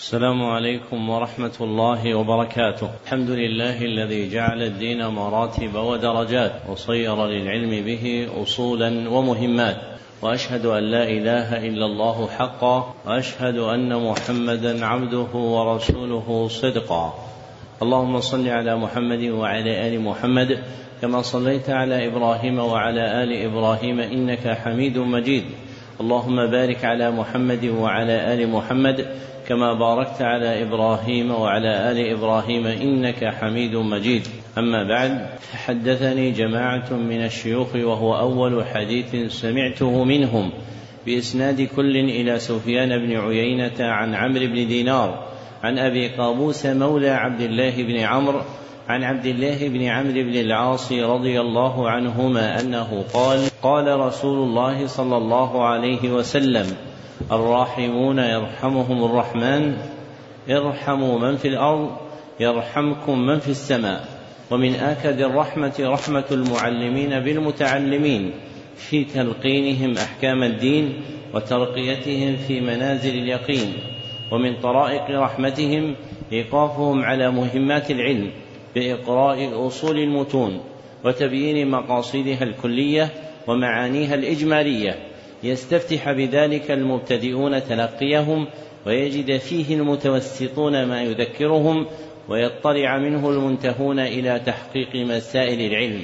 السلام عليكم ورحمة الله وبركاته. الحمد لله الذي جعل الدين مراتب ودرجات وصير للعلم به أصولا ومهمات، وأشهد أن لا إله إلا الله حقا، وأشهد أن محمدا عبده ورسوله صدقا. اللهم صل على محمد وعلى آل محمد كما صليت على إبراهيم وعلى آل إبراهيم إنك حميد مجيد. اللهم بارك على محمد وعلى آل محمد كما باركت على إبراهيم وعلى آل إبراهيم إنك حميد مجيد. أما بعد، حدثني جماعة من الشيوخ وهو أول حديث سمعته منهم بإسناد كل إلى سفيان بن عيينة عن عمرو بن دينار عن أبي قابوس مولى عبد الله بن عمرو عن عبد الله بن عمرو بن العاص رضي الله عنهما أنه قال: قال رسول الله صلى الله عليه وسلم: الراحمون يرحمهم الرحمن، ارحموا من في الأرض يرحمكم من في السماء. ومن آكد الرحمة رحمة المعلمين بالمتعلمين في تلقينهم أحكام الدين وترقيتهم في منازل اليقين. ومن طرائق رحمتهم إيقافهم على مهمات العلم بإقراء أصول المتون وتبيين مقاصدها الكلية ومعانيها الإجمالية، يستفتح بذلك المبتدئون تلقيهم ويجد فيه المتوسطون ما يذكرهم، ويطلع منه المنتهون إلى تحقيق مسائل العلم.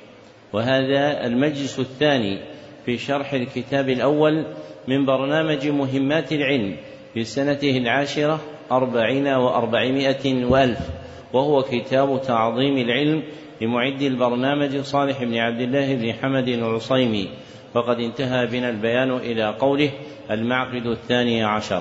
وهذا المجلس الثاني في شرح الكتاب الأول من برنامج مهمات العلم في سنته 10 40 و400 وألف، وهو كتاب تعظيم العلم لمعد البرنامج صالح بن عبد الله بن حمد العصيمي. وقد انتهى بنا البيان إلى قوله: المعقد 12.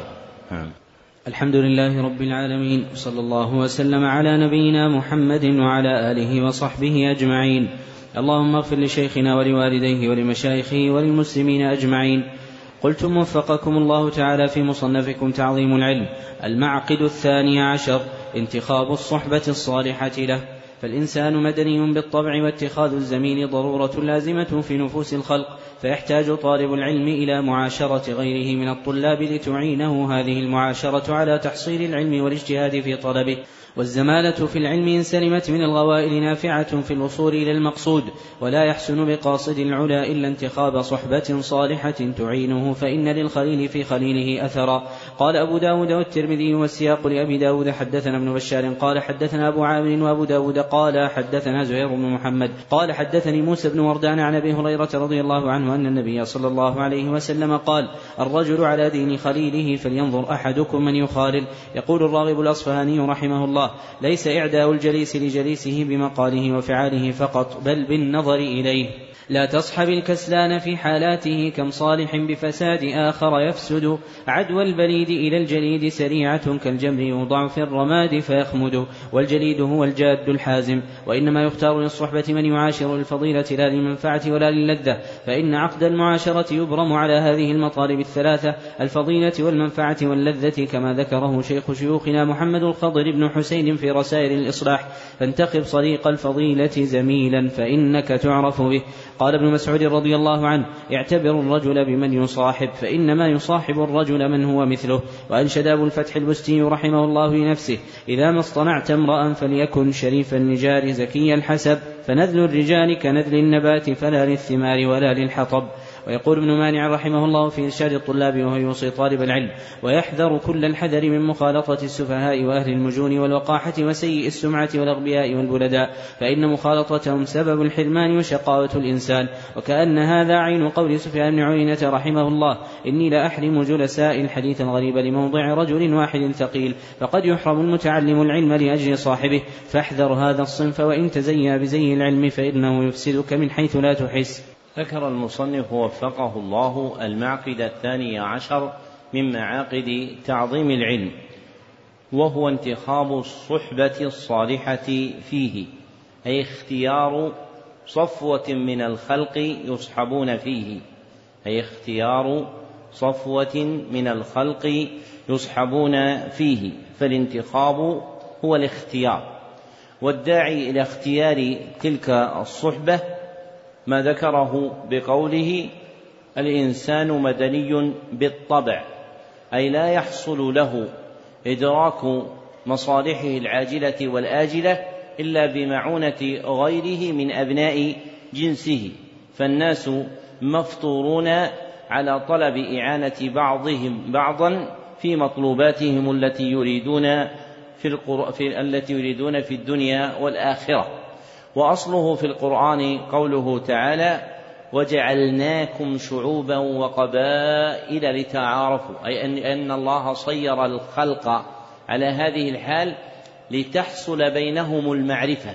الحمد لله رب العالمين، وصلى الله وسلم على نبينا محمد وعلى آله وصحبه أجمعين. اللهم اغفر لشيخنا ولوالديه ولمشايخه وللمسلمين أجمعين. قلتم وفقكم الله تعالى في مصنفكم تعظيم العلم: المعقد 12، انتخاب الصحبة الصالحة له. فالإنسان مدني بالطبع، واتخاذ الزميل ضرورة لازمة في نفوس الخلق، فيحتاج طالب العلم إلى معاشرة غيره من الطلاب لتعينه هذه المعاشرة على تحصيل العلم والاجتهاد في طلبه. والزمالة في العلم إن سلمت من الغوائل نافعة في الوصول إلى المقصود، ولا يحسن بقاصد العلا إلا انتخاب صحبة صالحة تعينه، فإن للخليل في خليله أثرا. قال أبو داود والترمذي والسياق لأبي داود: حدثنا ابن بشار قال حدثنا أبو عامر، وأبو داود قال حدثنا زهير بن محمد قال حدثني موسى بن وردان عن أبي هريرة رضي الله عنه أن النبي صلى الله عليه وسلم قال: الرجل على دين خليله، فلينظر أحدكم من يخالل. يقول الراغب الأصفهاني رحمه الله: ليس إعداء الجليس لجليسه بمقاله وفعاله فقط، بل بالنظر إليه. لا تصحب الكسلان في حالاته، كم صالح بفساد آخر يفسد. عدوى البليد إلى الجليد سريعة، كالجمر يوضع في الرماد فيخمد. والجليد هو الجاد الحازم، وإنما يختار للصحبة من يعاشر الفضيلة لا للمنفعة ولا للذة، فإن عقد المعاشرة يبرم على هذه المطالب الثلاثة: الفضيلة والمنفعة واللذة، كما ذكره شيخ شيوخنا محمد الخضر بن حسين في رسائل الإصلاح: فانتخب صديق الفضيلة زميلا فإنك تعرف به. قال ابن مسعود رضي الله عنه: اعتبر الرجل بمن يصاحب، فإنما يصاحب الرجل من هو مثله. وأنشد أبو الفتح البستي رحمه الله لنفسه: إذا ما اصطنعت امرأ فليكن شريف النجار زكي الحسب، فنذل الرجال كنذل النبات، فلا للثمار ولا للحطب. ويقول ابن مانع رحمه الله في إرشاد الطلاب وهو يوصي طالب العلم: ويحذر كل الحذر من مخالطة السفهاء وأهل المجون والوقاحة وسيء السمعة والأغبياء والبلداء، فإن مخالطتهم سبب الحرمان وشقاوة الإنسان. وكأن هذا عين قول سفيان بن عيينة رحمه الله: إني لا أحرم جلساء الحديث الغريب لموضع رجل واحد ثقيل، فقد يحرم المتعلم العلم لأجل صاحبه، فاحذر هذا الصنف، وإن تزيى بزي العلم فإنه يفسدك من حيث لا تحس. ذكر المصنف وفقه الله المعقد 12 من معاقد تعظيم العلم، وهو انتخاب الصحبة الصالحة فيه، أي اختيار صفوة من الخلق يصحبون فيه، أي اختيار صفوة من الخلق يصحبون فيه. فالانتخاب هو الاختيار، والداعي إلى اختيار تلك الصحبة ما ذكره بقوله: الإنسان مدني بالطبع، أي لا يحصل له إدراك مصالحه العاجلة والآجلة إلا بمعونة غيره من أبناء جنسه، فالناس مفطورون على طلب إعانة بعضهم بعضا في مطلوباتهم التي يريدون في الدنيا والآخرة. وأصله في القرآن قوله تعالى: وجعلناكم شعوبا وقبائل لتعارفوا، أي أن الله صير الخلق على هذه الحال لتحصل بينهم المعرفة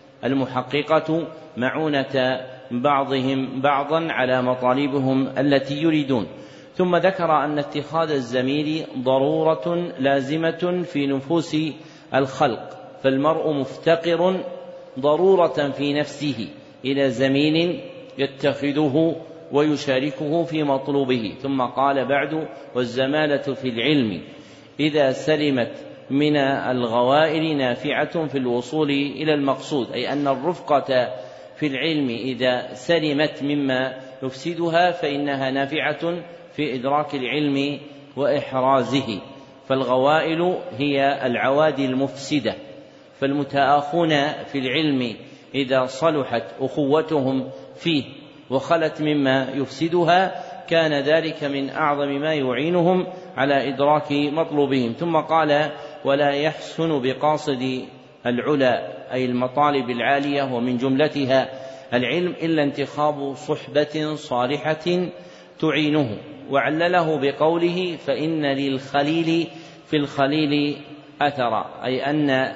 المحققة معونة بعضهم بعضا على مطالبهم التي يريدون. ثم ذكر أن اتخاذ الزميل ضرورة لازمة في نفوس الخلق، فالمرء مفتقر ضرورة في نفسه إلى زميل يتخذه ويشاركه في مطلوبه. ثم قال بعد: والزمالة في العلم إذا سلمت من الغوائل نافعة في الوصول إلى المقصود، أي أن الرفقة في العلم إذا سلمت مما يفسدها فإنها نافعة في إدراك العلم وإحرازه. فالغوائل هي العوادي المفسدة، فالمتآخون في العلم إذا صلحت أخوتهم فيه وخلت مما يفسدها كان ذلك من أعظم ما يعينهم على إدراك مطلوبهم. ثم قال: ولا يحسن بقاصد العلا، أي المطالب العالية ومن جملتها العلم، إلا انتخاب صحبة صالحة تعينه. وعلله بقوله: فإن للخليل في الخليل أثر، أي أن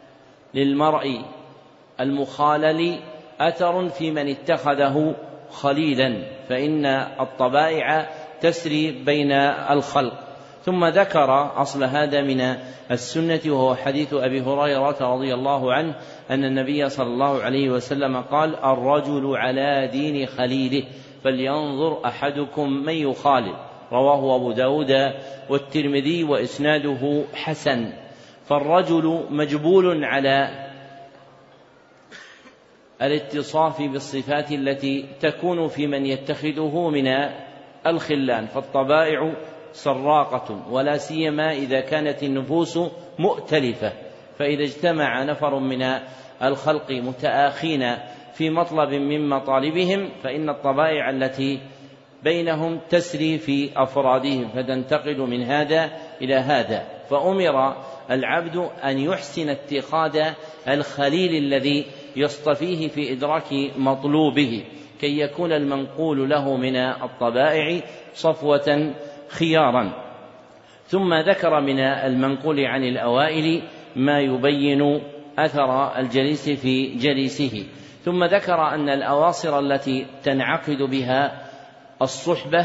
للمرء المخالل أثر في من اتخذه خليلا، فإن الطبائع تسري بين الخلق. ثم ذكر أصل هذا من السنة، وهو حديث أبي هريرة رضي الله عنه أن النبي صلى الله عليه وسلم قال: الرجل على دين خليله فلينظر أحدكم من يخالل، رواه أبو داود والترمذي وإسناده حسن. فالرجل مجبول على الاتصاف بالصفات التي تكون في من يتخذه من الخلان، فالطبائع سراقة، ولا سيما إذا كانت النفوس مؤتلفة، فإذا اجتمع نفر من الخلق متآخين في مطلب من مطالبهم فإن الطبائع التي بينهم تسري في أفرادهم فتنتقل من هذا إلى هذا. فأمر العبد أن يحسن اتخاذ الخليل الذي يصطفيه في إدراك مطلوبه كي يكون المنقول له من الطبائع صفوة خيارا. ثم ذكر من المنقول عن الأوائل ما يبين أثر الجليس في جليسه. ثم ذكر أن الأواصر التي تنعقد بها الصحبة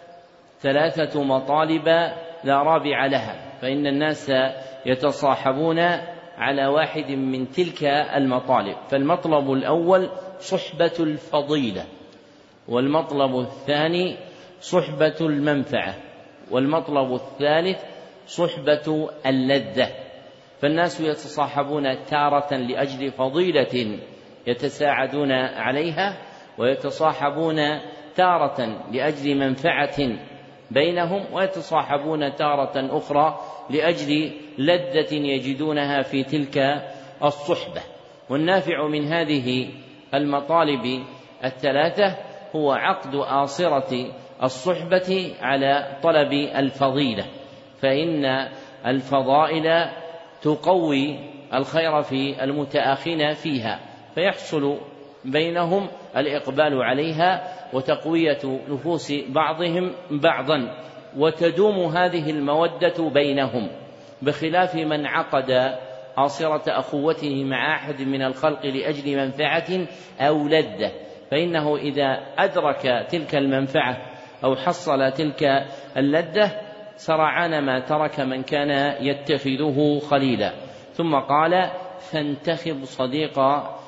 3 مطالب لا رابع لها، فإن الناس يتصاحبون على واحد من تلك المطالب. فالمطلب الأول صحبة الفضيلة، والمطلب الثاني صحبة المنفعة، والمطلب الثالث صحبة اللذة. فالناس يتصاحبون تارة لأجل فضيلة يتساعدون عليها، ويتصاحبون تارة لأجل منفعة بينهم، ويتصاحبون تارة أخرى لأجل لذة يجدونها في تلك الصحبة. والنافع من هذه المطالب 3 هو عقد آصرة الصحبة على طلب الفضيلة، فإن الفضائل تقوي الخير في المتآخين فيها، فيحصل بينهم الإقبال عليها وتقوية نفوس بعضهم بعضا، وتدوم هذه المودة بينهم، بخلاف من عقد آصرة أخوته مع أحد من الخلق لأجل منفعة أو لذة، فإنه إذا أدرك تلك المنفعة أو حصل تلك اللذة سرعان ما ترك من كان يتخذه خليلا. ثم قال: فانتخب صديق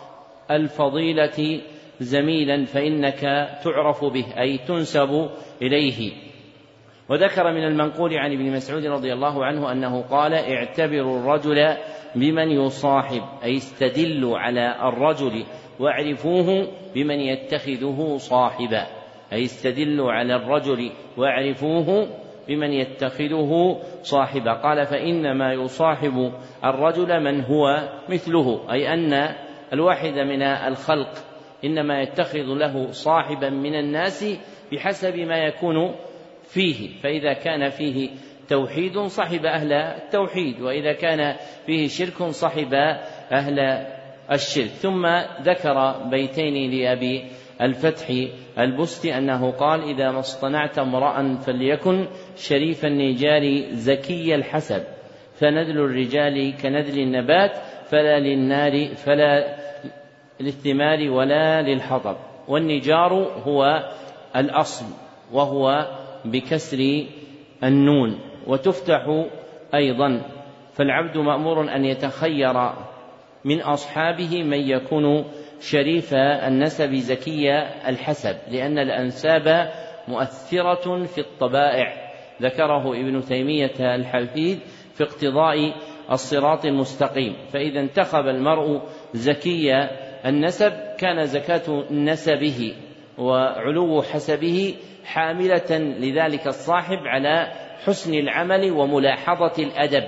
الفضيلة زميلا فإنك تعرف به، أي تنسب إليه. وذكر من المنقول عن ابن مسعود رضي الله عنه أنه قال: اعتبروا الرجل بمن يصاحب، أي استدلوا على الرجل واعرفوه بمن يتخذه صاحبا، أي استدلوا على الرجل واعرفوه بمن يتخذه صاحبا. قال فإنما يصاحب الرجل من هو مثله، أي أن الواحد من الخلق إنما يتخذ له صاحبا من الناس بحسب ما يكون فيه، فإذا كان فيه توحيد صحب أهل التوحيد، وإذا كان فيه شرك صحب أهل الشرك. ثم ذكر بيتين لأبي الفتح البستي أنه قال إذا ما اصطنعت امرأ فليكن شريف النجار زكي الحسب، فنذل الرجال كنذل النبات، فلا للثمار ولا للحطب. والنجار هو الأصل وهو بكسر النون، وتفتح أيضا. فالعبد مأمور أن يتخير من أصحابه من يكون شريف النسب زكي الحسب، لأن الأنساب مؤثرة في الطبائع، ذكره ابن تيمية الحفيد في اقتضاء الصراط المستقيم. فإذا انتخب المرء زكي النسب كان زكاة نسبه وعلو حسبه حاملة لذلك الصاحب على حسن العمل وملاحظة الأدب،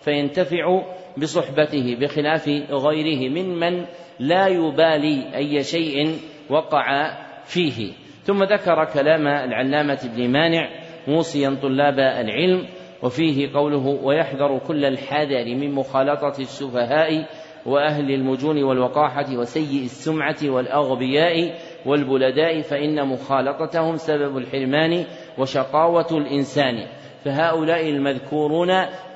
فينتفع بصحبته بخلاف غيره ممن لا يبالي أي شيء وقع فيه. ثم ذكر كلام العلامة ابن مانع موصيا طلاب العلم، وفيه قوله ويحذر كل الحذر من مخالطة السفهاء وأهل المجون والوقاحة وسيء السمعة والأغبياء والبلداء، فإن مخالطتهم سبب الحرمان وشقاوة الإنسان. فهؤلاء المذكورون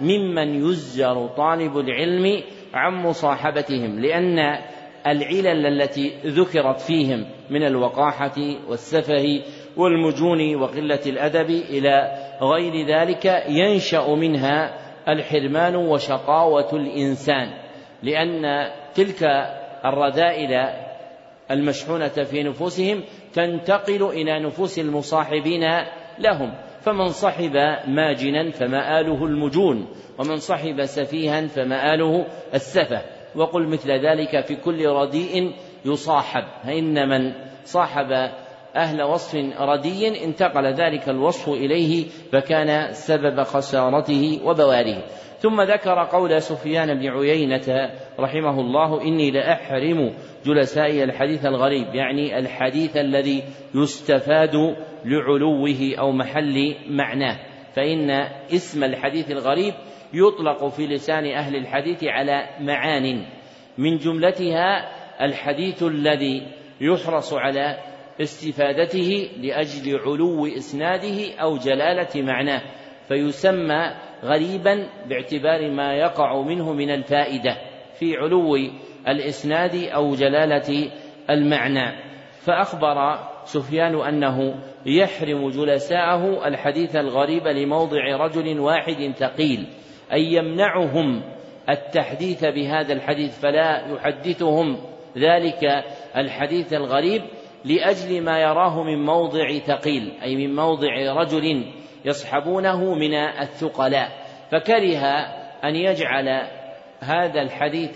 ممن يزجر طالب العلم عن مصاحبتهم، لأن العلل التي ذكرت فيهم من الوقاحة والسفه والمجون وقلة الأدب إلى غير ذلك ينشأ منها الحرمان وشقاوة الإنسان، لأن تلك الرذائل المشحونة في نفوسهم تنتقل إلى نفوس المصاحبين لهم، فمن صحب ماجنا فمآله المجون، ومن صحب سفيها فمآله السفه. وقل مثل ذلك في كل رديء يصاحب، فإن من صاحب أهل وصف ردي انتقل ذلك الوصف إليه فكان سبب خسارته وبواره. ثم ذكر قول سفيان بن عيينة رحمه الله إني لأحرم جلسائي الحديث الغريب، يعني الحديث الذي يستفاد لعلوه أو محل معناه، فإن اسم الحديث الغريب يطلق في لسان أهل الحديث على معان، من جملتها الحديث الذي يحرص على استفادته لأجل علو إسناده أو جلالة معناه، فيسمى غريبا باعتبار ما يقع منه من الفائدة في علو الإسناد أو جلالة المعنى. فأخبر سفيان أنه يحرم جلساءه الحديث الغريب لموضع رجل واحد ثقيل، أي يمنعهم التحديث بهذا الحديث، فلا يحدثهم ذلك الحديث الغريب لأجل ما يراه من موضع ثقيل، أي من موضع رجل يصحبونه من الثقلاء، فكره أن يجعل هذا الحديث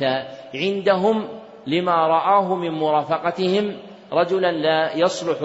عندهم لما رآه من مرافقتهم رجلا لا يصلح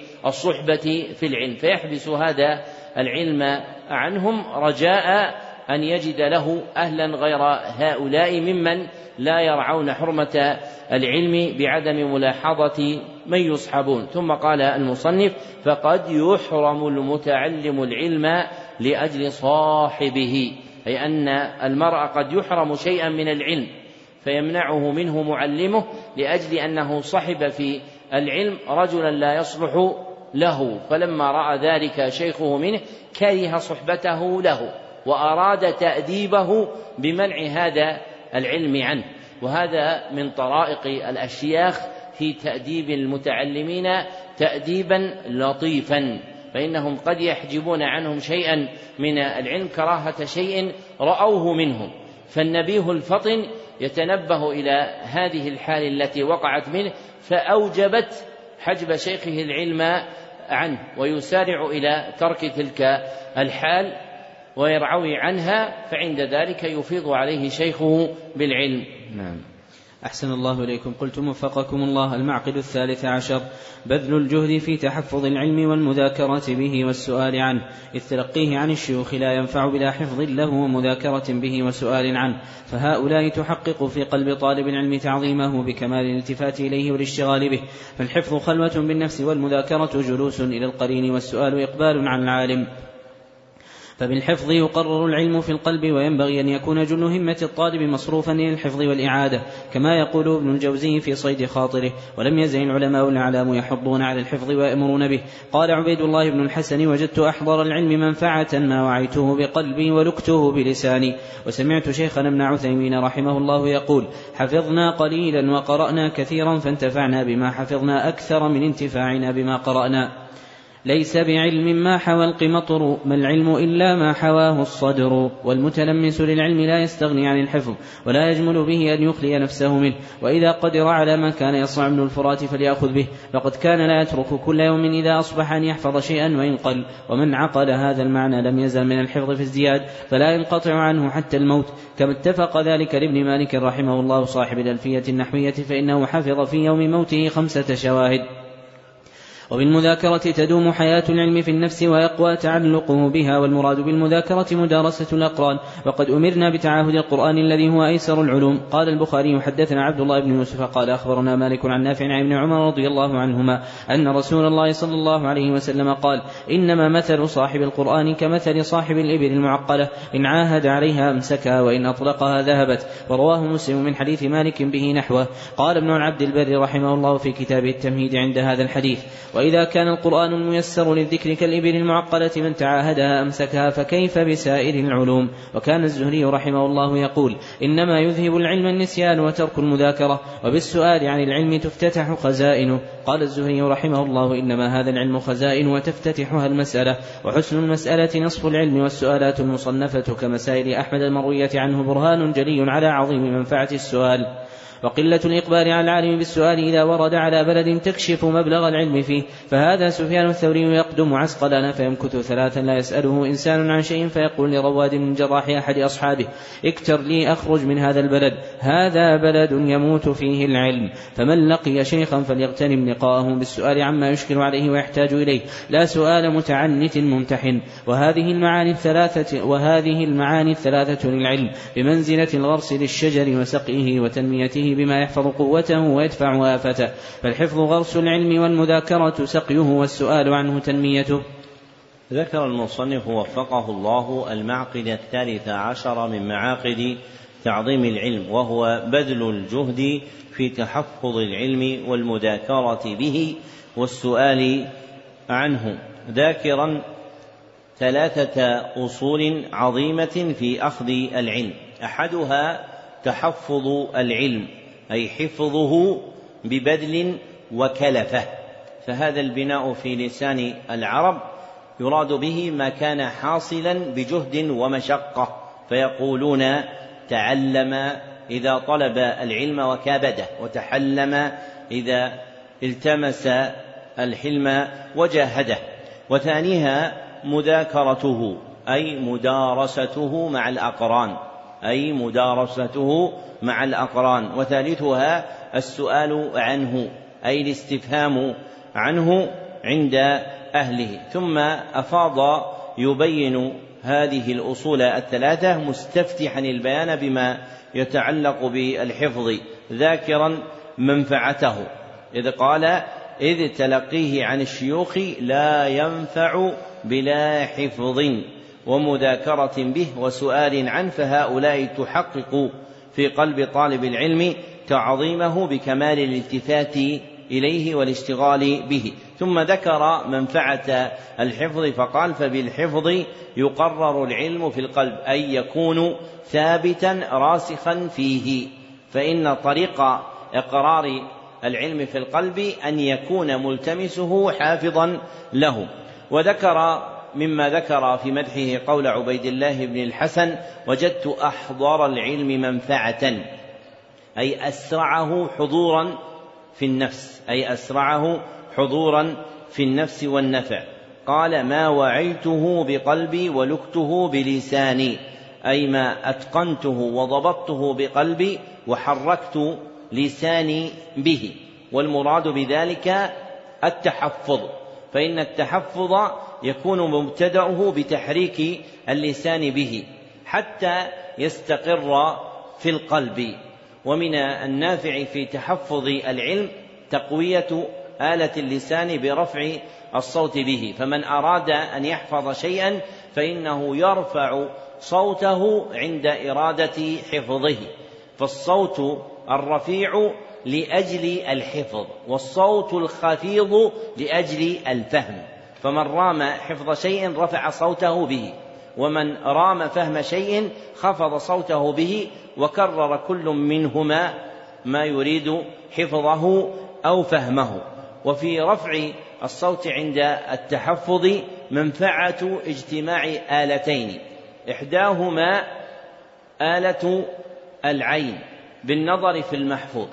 للصحبة في العلم، فيحبس هذا العلم عنهم رجاء أن يجد له أهلا غير هؤلاء ممن لا يرعون حرمة العلم بعدم ملاحظة من يصحبون. ثم قال المصنف فقد يحرم المتعلم العلم لأجل صاحبه، أي أن المرء قد يحرم شيئا من العلم فيمنعه منه معلمه لأجل أنه صحب في العلم رجلا لا يصلح له، فلما رأى ذلك شيخه منه كره صحبته له وأراد تأديبه بمنع هذا العلم عنه. وهذا من طرائق الأشياخ في تأديب المتعلمين تأديبا لطيفا، فإنهم قد يحجبون عنهم شيئا من العلم كراهة شيء رأوه منهم، فالنبيه الفطن يتنبه إلى هذه الحال التي وقعت منه فأوجبت حجب شيخه العلم عنه، ويسارع إلى ترك تلك الحال ويرعوي عنها، فعند ذلك يفيض عليه شيخه بالعلم. نعم. أحسن الله إليكم. قلتم وفقكم الله: المعقد 13 بذل الجهد في تحفظ العلم والمذاكرة به والسؤال عنه، إذ تلقيه عن الشيوخ لا ينفع بلا حفظ له ومذاكرة به وسؤال عنه، فهؤلاء تحقق في قلب طالب العلم تعظيمه بكمال الالتفات إليه والاشتغال به، فالحفظ خلوة بالنفس، والمذاكرة جلوس إلى القرين، والسؤال إقبال عن العالم. فبالحفظ يقرر العلم في القلب، وينبغي أن يكون جل همة الطالب مصروفا إلى الحفظ والإعادة، كما يقول ابن الجوزي في صيد خاطره: ولم يزل العلماء الأعلام يحضون على الحفظ ويأمرون به. قال عبيد الله بن الحسن: وجدت أحضر العلم منفعة ما وعيته بقلبي ولكته بلساني. وسمعت شيخنا ابن عثيمين رحمه الله يقول: حفظنا قليلا وقرأنا كثيرا، فانتفعنا بما حفظنا أكثر من انتفاعنا بما قرأنا. ليس بعلم ما حوى القمطر، ما العلم إلا ما حواه الصدر. والمتلمس للعلم لا يستغني عن الحفظ، ولا يجمل به أن يخلي نفسه منه، وإذا قدر على ما كان يصنع ابن الفرات فليأخذ به، فقد كان لا يترك كل يوم إذا أصبح أن يحفظ شيئا وإن قل. ومن عقل هذا المعنى لم يزل من الحفظ في ازدياد، فلا ينقطع عنه حتى الموت، كما اتفق ذلك لابن مالك رحمه الله صاحب الألفية النحوية، فإنه حفظ في يوم موته 5 شواهد. وبالمذاكرة تدوم حياة العلم في النفس ويقوى تعلقه بها، والمراد بالمذاكرة مدارسة الأقران. وقد أمرنا بتعاهد القرآن الذي هو أيسر العلوم. قال البخاري: حدثنا عبد الله بن يوسف قال أخبرنا مالك عن نافع عن ابن عمر رضي الله عنهما أن رسول الله صلى الله عليه وسلم قال: إنما مثل صاحب القرآن كمثل صاحب الإبل المعقلة، إن عاهد عليها أمسكها وإن أطلقها ذهبت. ورواه مسلم من حديث مالك به نحوه. قال ابن عبد البر رحمه الله في كتابه التمهيد عند هذا الحديث: وإذا كان القرآن الميسر للذكر كالإبل المعقلة من تعاهدها أمسكها، فكيف بسائر العلوم؟ وكان الزهري رحمه الله يقول: إنما يذهب العلم النسيان وترك المذاكرة، وبالسؤال عن العلم تفتتح خزائنه. قال الزهري رحمه الله: إنما هذا العلم خزائن وتفتتحها المسألة، وحسن المسألة نصف العلم، والسؤالات المصنفة كمسائل أحمد المروية عنه برهان جلي على عظيم منفعة السؤال. وقلة الإقبال على العالم بالسؤال إذا ورد على بلد تكشف مبلغ العلم فيه، فهذا سفيان الثوري يقدم عسقلان فيمكث 3 لا يسأله إنسان عن شيء، فيقول لرواد من جراح أحد أصحابه: اكتر لي أخرج من هذا البلد، هذا بلد يموت فيه العلم. فمن لقي شيخا فليغتنم لقاءه بالسؤال عما يشكل عليه ويحتاج إليه، لا سؤال متعنت ممتحن. وهذه المعاني الثلاثة للعلم بمنزلة الغرس للشجر وسقيه وتنميته بما يحفظ قوته ويدفع آفته. فالحفظ غرس العلم، والمذاكرة سقيه، والسؤال عنه تنميته. ذكر المصنف وفقه الله المعقد 13 من معاقد تعظيم العلم، وهو بذل الجهد في تحفظ العلم والمذاكرة به والسؤال عنه، ذاكرا 3 أصول عظيمة في أخذ العلم. أحدها تحفظ العلم، أي حفظه ببذل وكلفة، فهذا البناء في لسان العرب يراد به ما كان حاصلا بجهد ومشقة، فيقولون تعلم إذا طلب العلم وكابده، وتحلم إذا التمس الحلم وجاهده. وثانيها مذاكرته، أي مدارسته مع الأقران. وثالثها السؤال عنه، أي الاستفهام عنه عند أهله. ثم أفاض يبين هذه الأصول 3 مستفتحا البيان بما يتعلق بالحفظ، ذاكرا منفعته، إذ قال: إذ تلقيه عن الشيوخ لا ينفع بلا حفظ ومذاكرة به وسؤال عنه، فهؤلاء تحقق في قلب طالب العلم تعظيمه بكمال الالتفات إليه والاشتغال به. ثم ذكر منفعة الحفظ فقال: فبالحفظ يقرر العلم في القلب، أي يكون ثابتا راسخا فيه، فإن طريق إقرار العلم في القلب أن يكون ملتمسه حافظا له. وذكر مما ذكر في مدحه قول عبيد الله بن الحسن: وجدت أحضر العلم منفعة، أي أسرعه حضورا في النفس والنفع. قال: ما وعيته بقلبي ولكته بلساني، أي ما أتقنته وضبطته بقلبي وحركت اللسان به، والمراد بذلك التحفظ، فإن التحفظ يكون مبتدأه بتحريك اللسان به حتى يستقر في القلب. ومن النافع في تحفظ العلم تقوية آلة اللسان برفع الصوت به، فمن أراد أن يحفظ شيئا فإنه يرفع صوته عند إرادة حفظه، فالصوت الرفيع لأجل الحفظ، والصوت الخفيض لأجل الفهم، فمن رام حفظ شيء رفع صوته به، ومن رام فهم شيء خفض صوته به، وكرر كل منهما ما يريد حفظه أو فهمه. وفي رفع الصوت عند التحفظ منفعة اجتماع آلتين، إحداهما آلة العين بالنظر في المحفوظ،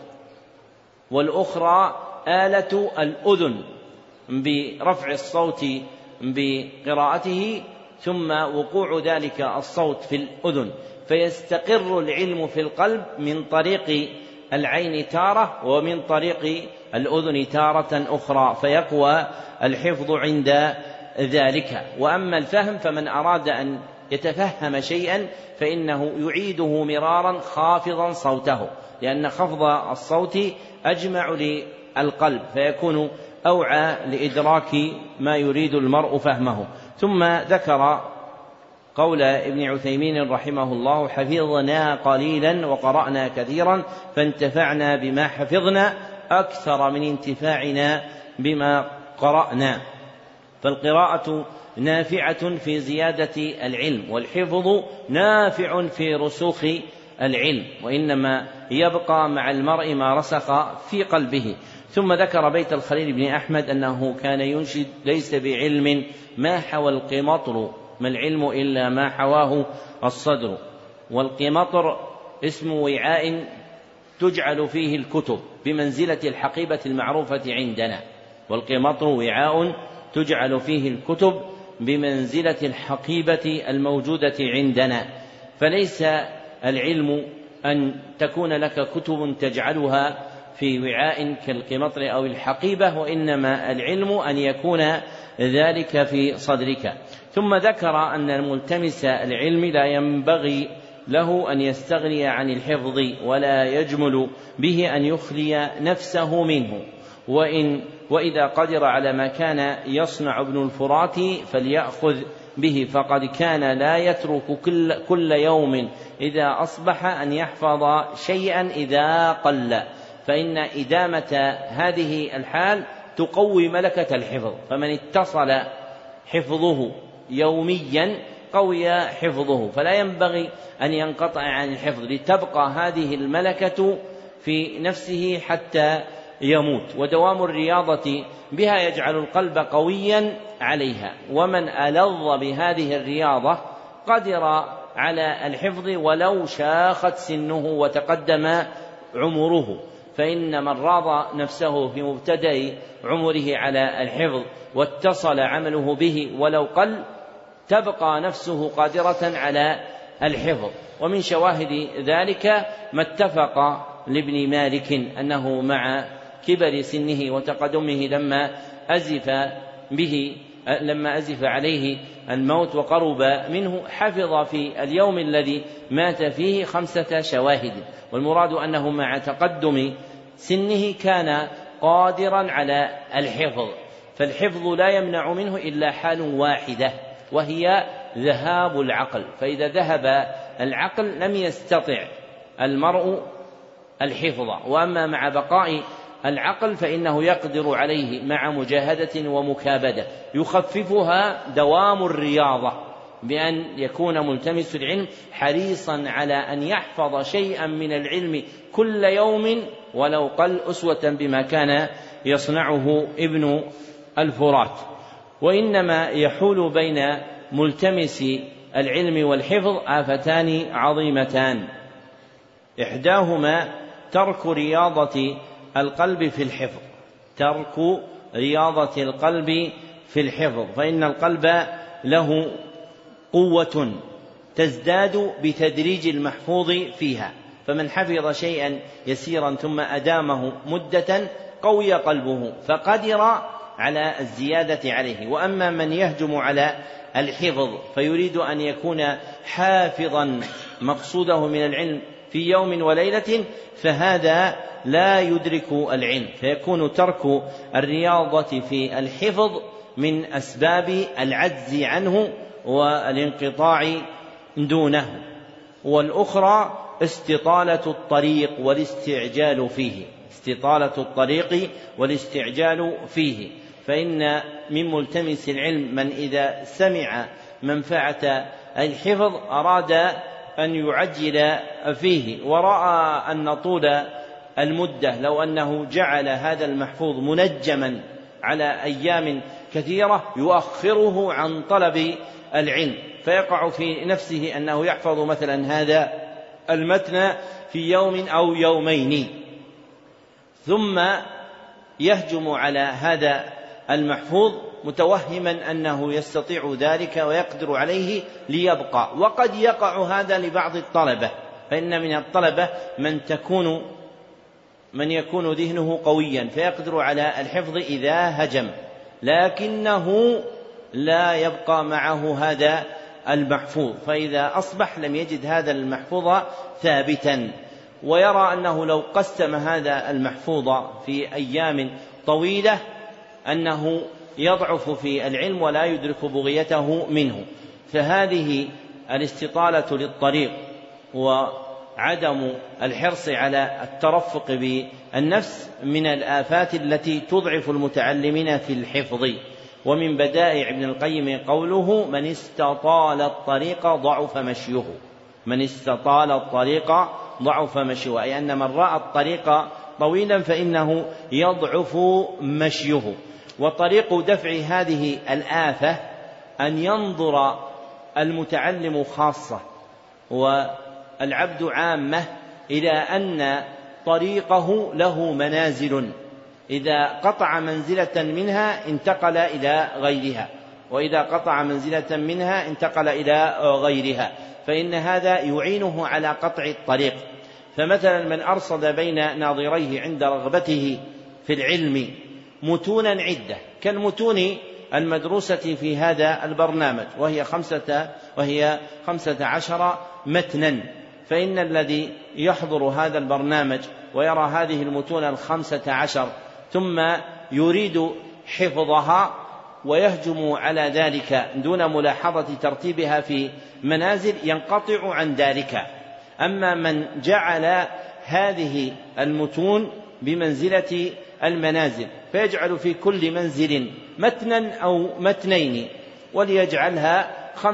والأخرى آلة الأذن برفع الصوت بقراءته، ثم وقوع ذلك الصوت في الأذن، فيستقر العلم في القلب من طريق العين تارة ومن طريق الأذن تارة أخرى، فيقوى الحفظ عند ذلك. وأما الفهم فمن أراد أن يتفهم شيئا فإنه يعيده مرارا خافضا صوته، لأن خفض الصوت أجمع للقلب فيكون أوعى لإدراك ما يريد المرء فهمه. ثم ذكر قول ابن عثيمين رحمه الله: حفظنا قليلا وقرأنا كثيرا فانتفعنا بما حفظنا أكثر من انتفاعنا بما قرأنا. فالقراءة نافعة في زيادة العلم، والحفظ نافع في رسوخ العلم، وإنما يبقى مع المرء ما رسخ في قلبه. ثم ذكر بيت الخليل بن أحمد أنه كان ينشد: ليس بعلم ما حوى القمطر، ما العلم إلا ما حواه الصدر. والقمطر اسم وعاء تجعل فيه الكتب بمنزلة الحقيبة المعروفة عندنا، والقمطر وعاء تجعل فيه الكتب بمنزلة الحقيبة الموجودة عندنا. فليس العلم أن تكون لك كتب تجعلها في وعاء كالقمطر أو الحقيبة، وإنما العلم أن يكون ذلك في صدرك. ثم ذكر أن الملتمس العلم لا ينبغي له أن يستغني عن الحفظ، ولا يجمل به أن يخلي نفسه منه، وإذا قدر على ما كان يصنع ابن الفرات فليأخذ به، فقد كان لا يترك كل يوم إذا أصبح أن يحفظ شيئا إذا قل، فإن إدامة هذه الحال تقوي ملكة الحفظ، فمن اتصل حفظه يوميا قوي حفظه، فلا ينبغي أن ينقطع عن الحفظ لتبقى هذه الملكة في نفسه حتى يموت. ودوام الرياضة بها يجعل القلب قويا عليها، ومن ألظ بهذه الرياضة قدر على الحفظ ولو شاخت سنه وتقدم عمره، فإن من راض نفسه في مبتدأ عمره على الحفظ واتصل عمله به ولو قل تبقى نفسه قادرة على الحفظ. ومن شواهد ذلك ما اتفق لابن مالك أنه مع كبر سنه وتقدمه لما أزف عليه الموت وقرب منه حفظ في اليوم الذي مات فيه 5 شواهد، والمراد أنه مع تقدم سنه كان قادرا على الحفظ، فالحفظ لا يمنع منه إلا حال واحدة وهي ذهاب العقل، فإذا ذهب العقل لم يستطع المرء الحفظ، وأما مع بقاء العقل فإنه يقدر عليه مع مجاهدة ومكابدة، يخففها دوام الرياضة بأن يكون ملتمس العلم حريصا على أن يحفظ شيئا من العلم كل يوم ولو قل، أسوة بما كان يصنعه ابن الفرات. وإنما يحول بين ملتمس العلم والحفظ آفتان عظيمتان، إحداهما ترك رياضة القلب في الحفظ، فإن القلب له قوة تزداد بتدريج المحفوظ فيها، فمن حفظ شيئا يسيرا ثم أدامه مدة قوي قلبه فقدر على الزيادة عليه. وأما من يهجم على الحفظ فيريد أن يكون حافظا مقصوده من العلم في يوم وليلة فهذا لا يدرك العلم، فيكون ترك الرياضة في الحفظ من أسباب العجز عنه والانقطاع دونه. والأخرى استطالة الطريق والاستعجال فيه، فإن من ملتمس العلم من إذا سمع منفعة الحفظ أراد أن يعجل فيه، ورأى أن طول المدة لو أنه جعل هذا المحفوظ منجما على أيام كثيرة يؤخره عن طلب العلم، فيقع في نفسه أنه يحفظ مثلا هذا المتن في يوم أو يومين، ثم يهجم على هذا المحفوظ متوهما أنه يستطيع ذلك ويقدر عليه ليبقى. وقد يقع هذا لبعض الطلبة، فإن من الطلبة من يكون ذهنه قويا فيقدر على الحفظ إذا هجم، لكنه لا يبقى معه هذا المحفوظ، فإذا أصبح لم يجد هذا المحفوظ ثابتا، ويرى أنه لو قسم هذا المحفوظ في أيام طويلة أنه يضعف في العلم ولا يدرك بغيته منه. فهذه الاستطالة للطريق وعدم الحرص على الترفق بالنفس من الآفات التي تضعف المتعلمين في الحفظ. ومن بدائع ابن القيم قوله: من استطال الطريق ضعف مشيه، أي أن من رأى الطريق طويلا فإنه يضعف مشيه. وطريق دفع هذه الآفة أن ينظر المتعلم خاصة والعبد عامة إلى أن طريقه له منازل، إذا قطع منزلة منها انتقل إلى غيرها، وإذا قطع منزلة منها انتقل إلى غيرها، فإن هذا يعينه على قطع الطريق. فمثلا من أرصد بين ناظريه عند رغبته في العلم متونا عدة كالمتون المدروسة في هذا البرنامج وهي 15 متنا، فإن الذي يحضر هذا البرنامج ويرى هذه المتون 15 ثم يريد حفظها ويهجم على ذلك دون ملاحظة ترتيبها في منازل ينقطع عن ذلك. أما من جعل هذه المتون بمنزلة المنازل فيجعل في كل منزل متنا أو متنين وليجعلها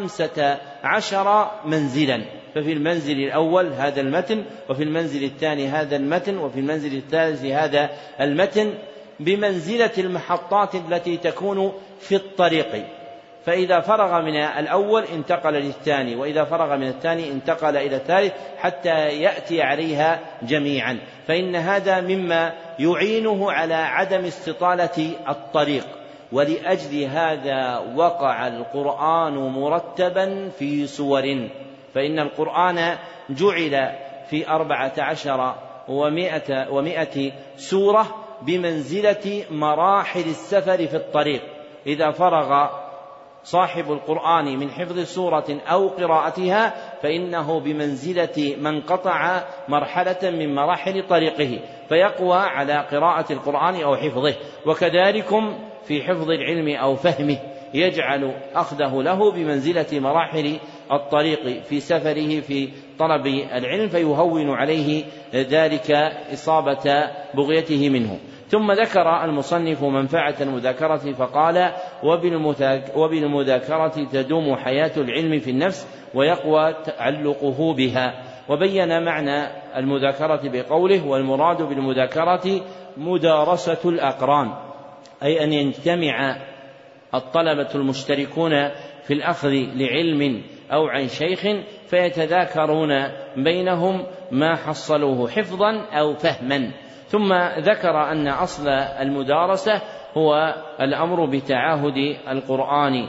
15 منزلا، ففي المنزل الأول هذا المتن، وفي المنزل الثاني هذا المتن، وفي المنزل الثالث هذا المتن، بمنزلة المحطات التي تكون في الطريق، فإذا فرغ من الأول انتقل للثاني، وإذا فرغ من الثاني انتقل إلى الثالث حتى يأتي عليها جميعا، فإن هذا مما يعينه على عدم استطالة الطريق. ولأجل هذا وقع القرآن مرتبا في سور، فإن القرآن جعل في 14 و100 سورة بمنزلة مراحل السفر في الطريق. إذا فرغ صاحب القرآن من حفظ سورة أو قراءتها فإنه بمنزلة من قطع مرحلة من مراحل طريقه فيقوى على قراءة القرآن أو حفظه. وكذلكم في حفظ العلم أو فهمه يجعل أخذه له بمنزلة مراحل الطريق في سفره في طلب العلم، فيهون عليه ذلك إصابة بغيته منه. ثم ذكر المصنف منفعة المذاكرة فقال: وبالمذاكرة تدوم حياة العلم في النفس ويقوى تعلقه بها. وبين معنى المذاكرة بقوله: والمراد بالمذاكرة مدارسة الأقران، أي أن يجتمع الطلبة المشتركون في الأخذ لعلم أو عن شيخ فيتذاكرون بينهم ما حصلوه حفظا أو فهما. ثم ذكر أن أصل المدارسة هو الأمر بتعاهد القرآن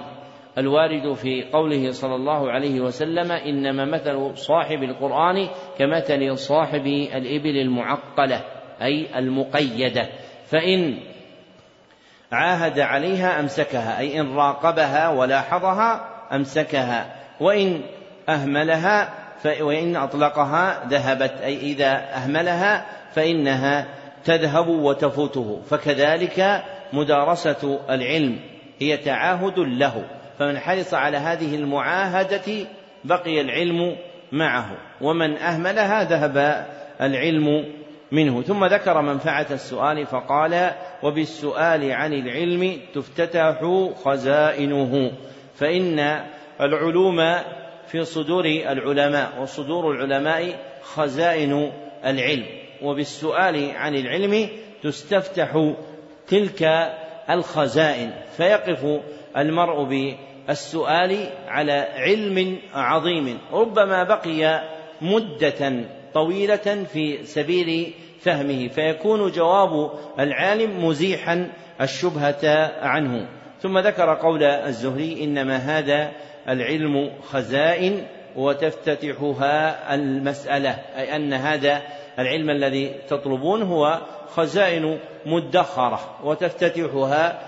الوارد في قوله صلى الله عليه وسلم: إنما مثل صاحب القرآن كمثل صاحب الإبل المعقلة أي المقيدة، فإن عاهد عليها أمسكها، أي إن راقبها ولاحظها أمسكها، وإن أهملها وإن أطلقها ذهبت، أي إذا أهملها فإنها تذهب وتفوته. فكذلك مدارسة العلم هي تعاهد له، فمن حرص على هذه المعاهدة بقي العلم معه، ومن أهملها ذهب العلم منه. ثم ذكر منفعة السؤال فقال: وبالسؤال عن العلم تفتتح خزائنه، فإن العلوم في صدور العلماء، وصدور العلماء خزائن العلم، وبالسؤال عن العلم تستفتح تلك الخزائن، فيقف المرء بالسؤال على علم عظيم ربما بقي مدة طويلة في سبيل فهمه، فيكون جواب العالم مزيحا الشبهة عنه. ثم ذكر قول الزهري: إنما هذا العلم خزائن وتفتتحها المسألة، أي أن هذا العلم الذي تطلبون هو خزائن مدخرة ويفتتحها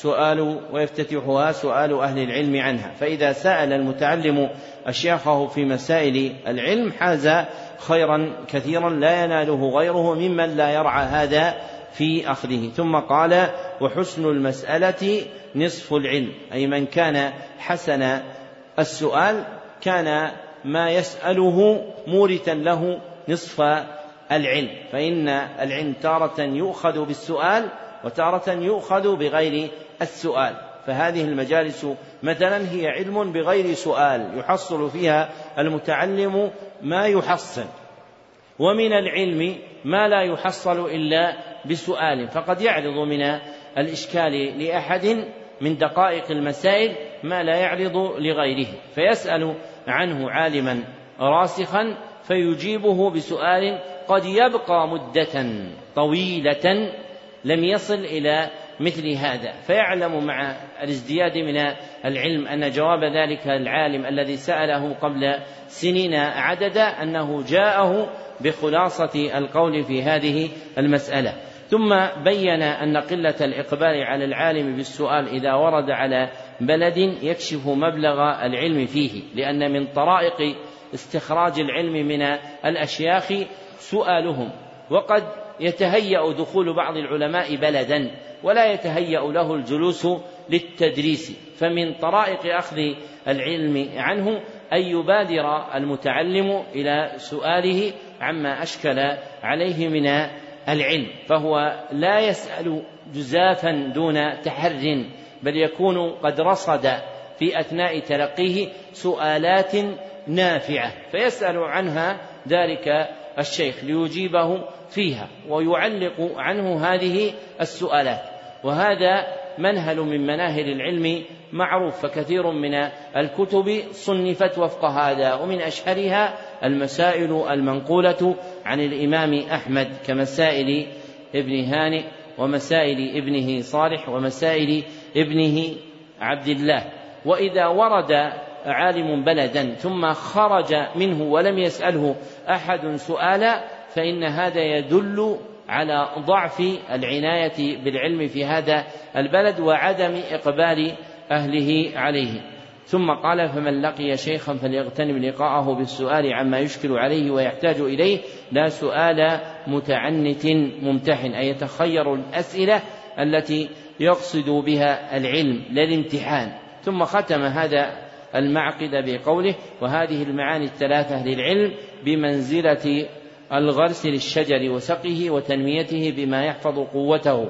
سؤال أهل العلم عنها، فإذا سأل المتعلم أشياخه في مسائل العلم حاز خيرا كثيرا لا يناله غيره ممن لا يرعى هذا في أخذه. ثم قال: وحسن المسألة نصف العلم، أي من كان حسن السؤال كان ما يسأله مورثا له نصف العلم، فإن العلم تارة يؤخذ بالسؤال وتارة يؤخذ بغير السؤال، فهذه المجالس مثلا هي علم بغير سؤال يحصل فيها المتعلم ما يحصل، ومن العلم ما لا يحصل إلا بسؤال، فقد يعرض من الإشكال لأحد من دقائق المسائل ما لا يعرض لغيره، فيسأل عنه عالما راسخا فيجيبه بسؤال قد يبقى مدة طويلة لم يصل إلى مثل هذا، فيعلم مع الازدياد من العلم أن جواب ذلك العالم الذي سأله قبل سنين عددا أنه جاءه بخلاصة القول في هذه المسألة. ثم بين أن قلة الإقبال على العالم بالسؤال إذا ورد على بلد يكشف مبلغ العلم فيه، لأن من طرائق استخراج العلم من الأشياخ سؤالهم، وقد يتهيأ دخول بعض العلماء بلدا ولا يتهيأ له الجلوس للتدريس، فمن طرائق أخذ العلم عنه أن يبادر المتعلم إلى سؤاله عما أشكل عليه من العلم، فهو لا يسأل جزافا دون تحر، بل يكون قد رصد في أثناء تلقيه سؤالات نافعة فيسأل عنها ذلك الشيخ ليجيبه فيها ويعلق عنه هذه السؤالات، وهذا منهل من مناهل العلم معروف، فكثير من الكتب صنفت وفق هذا، ومن أشهرها المسائل المنقولة عن الإمام أحمد كمسائل ابن هانئ ومسائل ابنه صالح ومسائل ابنه عبد الله. وإذا ورد عالم بلدا ثم خرج منه ولم يسأله أحد سؤالا فإن هذا يدل على ضعف العناية بالعلم في هذا البلد وعدم إقبال أهله عليه. ثم قال: فمن لقي شيخا فليغتنم لقاءه بالسؤال عما يشكل عليه ويحتاج إليه، لا سؤال متعنت ممتحن، أي يتخير الأسئلة التي يقصد بها العلم لا الامتحان. ثم ختم هذا المعقد بقوله: وهذه المعاني الثلاثة للعلم بمنزلة الغرس للشجر وسقيه وتنميته بما يحفظ قوته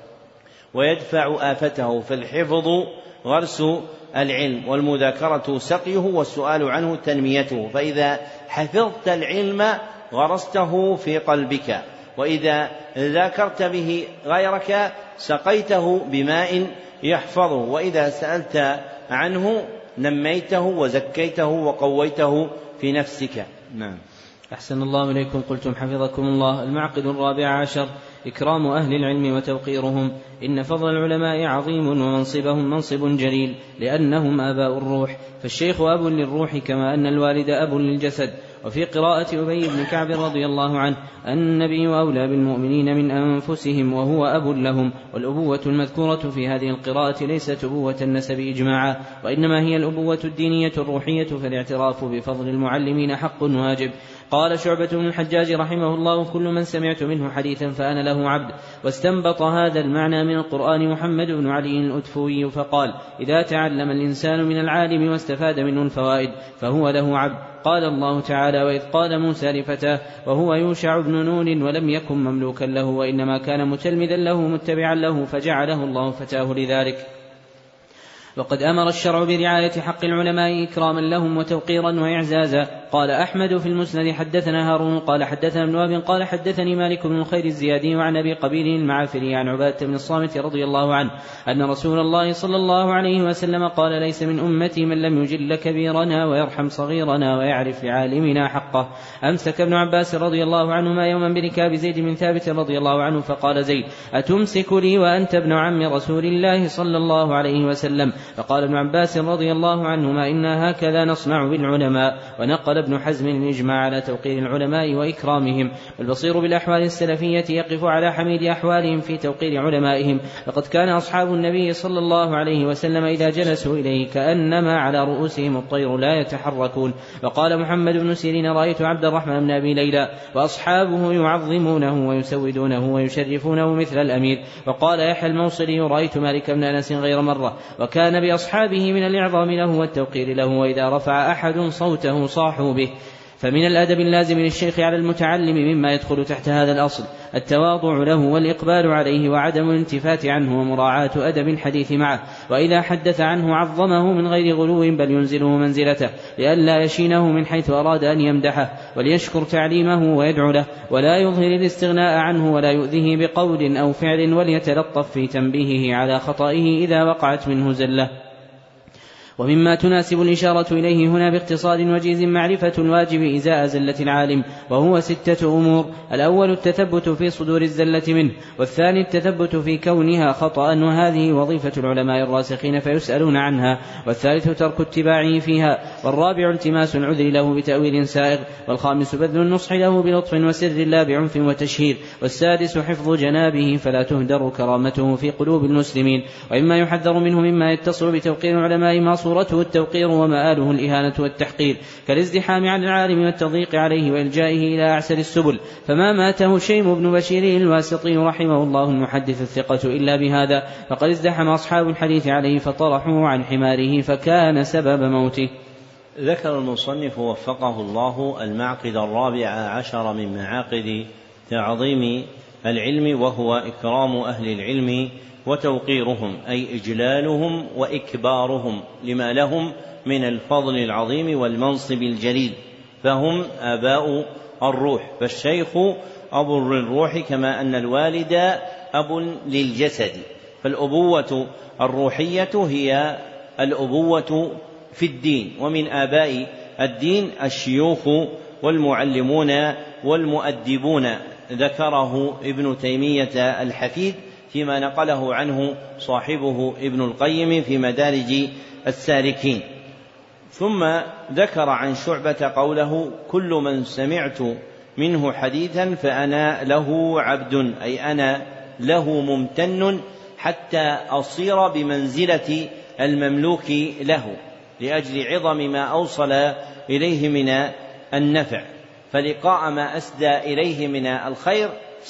ويدفع آفته، فالحفظ غرس العلم والمذاكرة سقيه والسؤال عنه تنميته، فإذا حفظت العلم غرسته في قلبك، وإذا ذاكرت به غيرك سقيته بماء يحفظه، وإذا سألت عنه نميته وزكيته وقويته في نفسك. نعم. أحسن الله إليكم. قلتم حفظكم الله: المعقد 14 إكرام أهل العلم وتوقيرهم. إن فضل العلماء عظيم ومنصبهم منصب جليل، لأنهم آباء الروح، فالشيخ أب للروح كما أن الوالد أب للجسد. وفي قراءة أبي بن كعب رضي الله عنه: النبي أولى بالمؤمنين من أنفسهم وهو أب لهم. والأبوة المذكورة في هذه القراءة ليست أبوة النسب إجماعا، وإنما هي الأبوة الدينية الروحية، فالاعتراف بفضل المعلمين حق واجب. قال شعبة بن الحجاج رحمه الله: كل من سمعت منه حديثا فأنا له عبد. واستنبط هذا المعنى من القرآن محمد بن علي الأدفوي فقال: إذا تعلم الإنسان من العالم واستفاد منه الفوائد فهو له عبد. قال الله تعالى: وإذ قال موسى لفتاه وهو يوشع بن نون ولم يكن مملوكا له وإنما كان متلمذا له متبعا له فجعله الله فتاه لذلك. وقد أمر الشرع برعاية حق العلماء إكراما لهم وتوقيرا وإعزازا. قال أحمد في المسند: حدثنا هارون قال حدثنا ابن وهب قال حدثني مالك بن الخير الزيادي وعن أبي قبيل المعافري عن عبادة بن الصامت رضي الله عنه أن رسول الله صلى الله عليه وسلم قال: ليس من أمتي من لم يجل كبيرنا ويرحم صغيرنا ويعرف لعالمنا حقه. أمسك ابن عباس رضي الله عنهما يوما بركاب زيد بن ثابت رضي الله عنه فقال زيد: أتمسك لي وأنت ابن عم رسول الله صلى الله عليه وسلم؟ فقال ابن عباس رضي الله عنهما: إنا هكذا نصنع بالعلماء. ونقل ابن حزم الإجماع على توقير العلماء وإكرامهم. والبصير بالأحوال السلفية يقف على حميد أحوالهم في توقير علمائهم. لقد كان أصحاب النبي صلى الله عليه وسلم إذا جلسوا إليه كأنما على رؤوسهم الطير لا يتحركون. وقال محمد بن سيرين: رأيت عبد الرحمن بن أبي ليلى وأصحابه يعظمونه ويسودونه ويشرفونه مثل الأمير. وقال يحيى الموصلي: رأيت مالك بن أنس غير مرة، وكان بأصحابه من الإعظام له والتوقير له، وإذا رفع أحد صوته صاحوا به. فمن الأدب اللازم للشيخ على المتعلم مما يدخل تحت هذا الأصل التواضع له والإقبال عليه وعدم الالتفات عنه ومراعاة أدب الحديث معه. وإذا حدث عنه عظمه من غير غلو بل ينزله منزلته، لئلا يشينه من حيث أراد أن يمدحه، وليشكر تعليمه ويدعو له، ولا يظهر الاستغناء عنه ولا يؤذيه بقول أو فعل، وليتلطف في تنبيهه على خطئه إذا وقعت منه زلة. ومما تناسب الإشارة إليه هنا باختصار وجيز معرفة الواجب إزاء زلة العالم، وهو 6 أمور: الأول التثبت في صدور الزلة منه، والثاني التثبت في كونها خطأ وهذه وظيفة العلماء الراسخين فيسألون عنها، والثالث ترك اتباعه فيها، والرابع التماس العذر له بتأويل سائغ، والخامس بذل النصح له بلطف وسر لا بعنف وتشهير، والسادس حفظ جنابه فلا تهدر كرامته في قلوب المسلمين. وإما يحذر منه مما يتصل بتوقير العلماء ما صورته التوقير ومآله الإهانة والتحقير، كالازدحام على العالم والتضييق عليه وإلجائه إلى أعسر السبل. فما ماته شيم بن بشير الواسطي رحمه الله المحدث الثقة إلا بهذا، فقد ازدحم أصحاب الحديث عليه فطرحوه عن حماره فكان سبب موته. ذكر المصنف وفقه الله المعقد 14 من معاقد تعظيم العلم، وهو إكرام أهل العلم وتوقيرهم، أي إجلالهم وإكبارهم لما لهم من الفضل العظيم والمنصب الجليل، فهم آباء الروح، فالشيخ أب للروح كما أن الوالد أب للجسد. فالأبوة الروحية هي الأبوة في الدين، ومن آباء الدين الشيوخ والمعلمون والمؤدبون، ذكره ابن تيمية الحفيد فيما نقله عنه صاحبه ابن القيم في مدارج السالكين. ثم ذكر عن شعبة قوله: كل من سمعت منه حديثا فأنا له عبد، أي أنا له ممتن حتى أصير بمنزلة المملوك له، لأجل عظم ما أوصل إليه من النفع، فلقاء ما أسدى إليه من الخير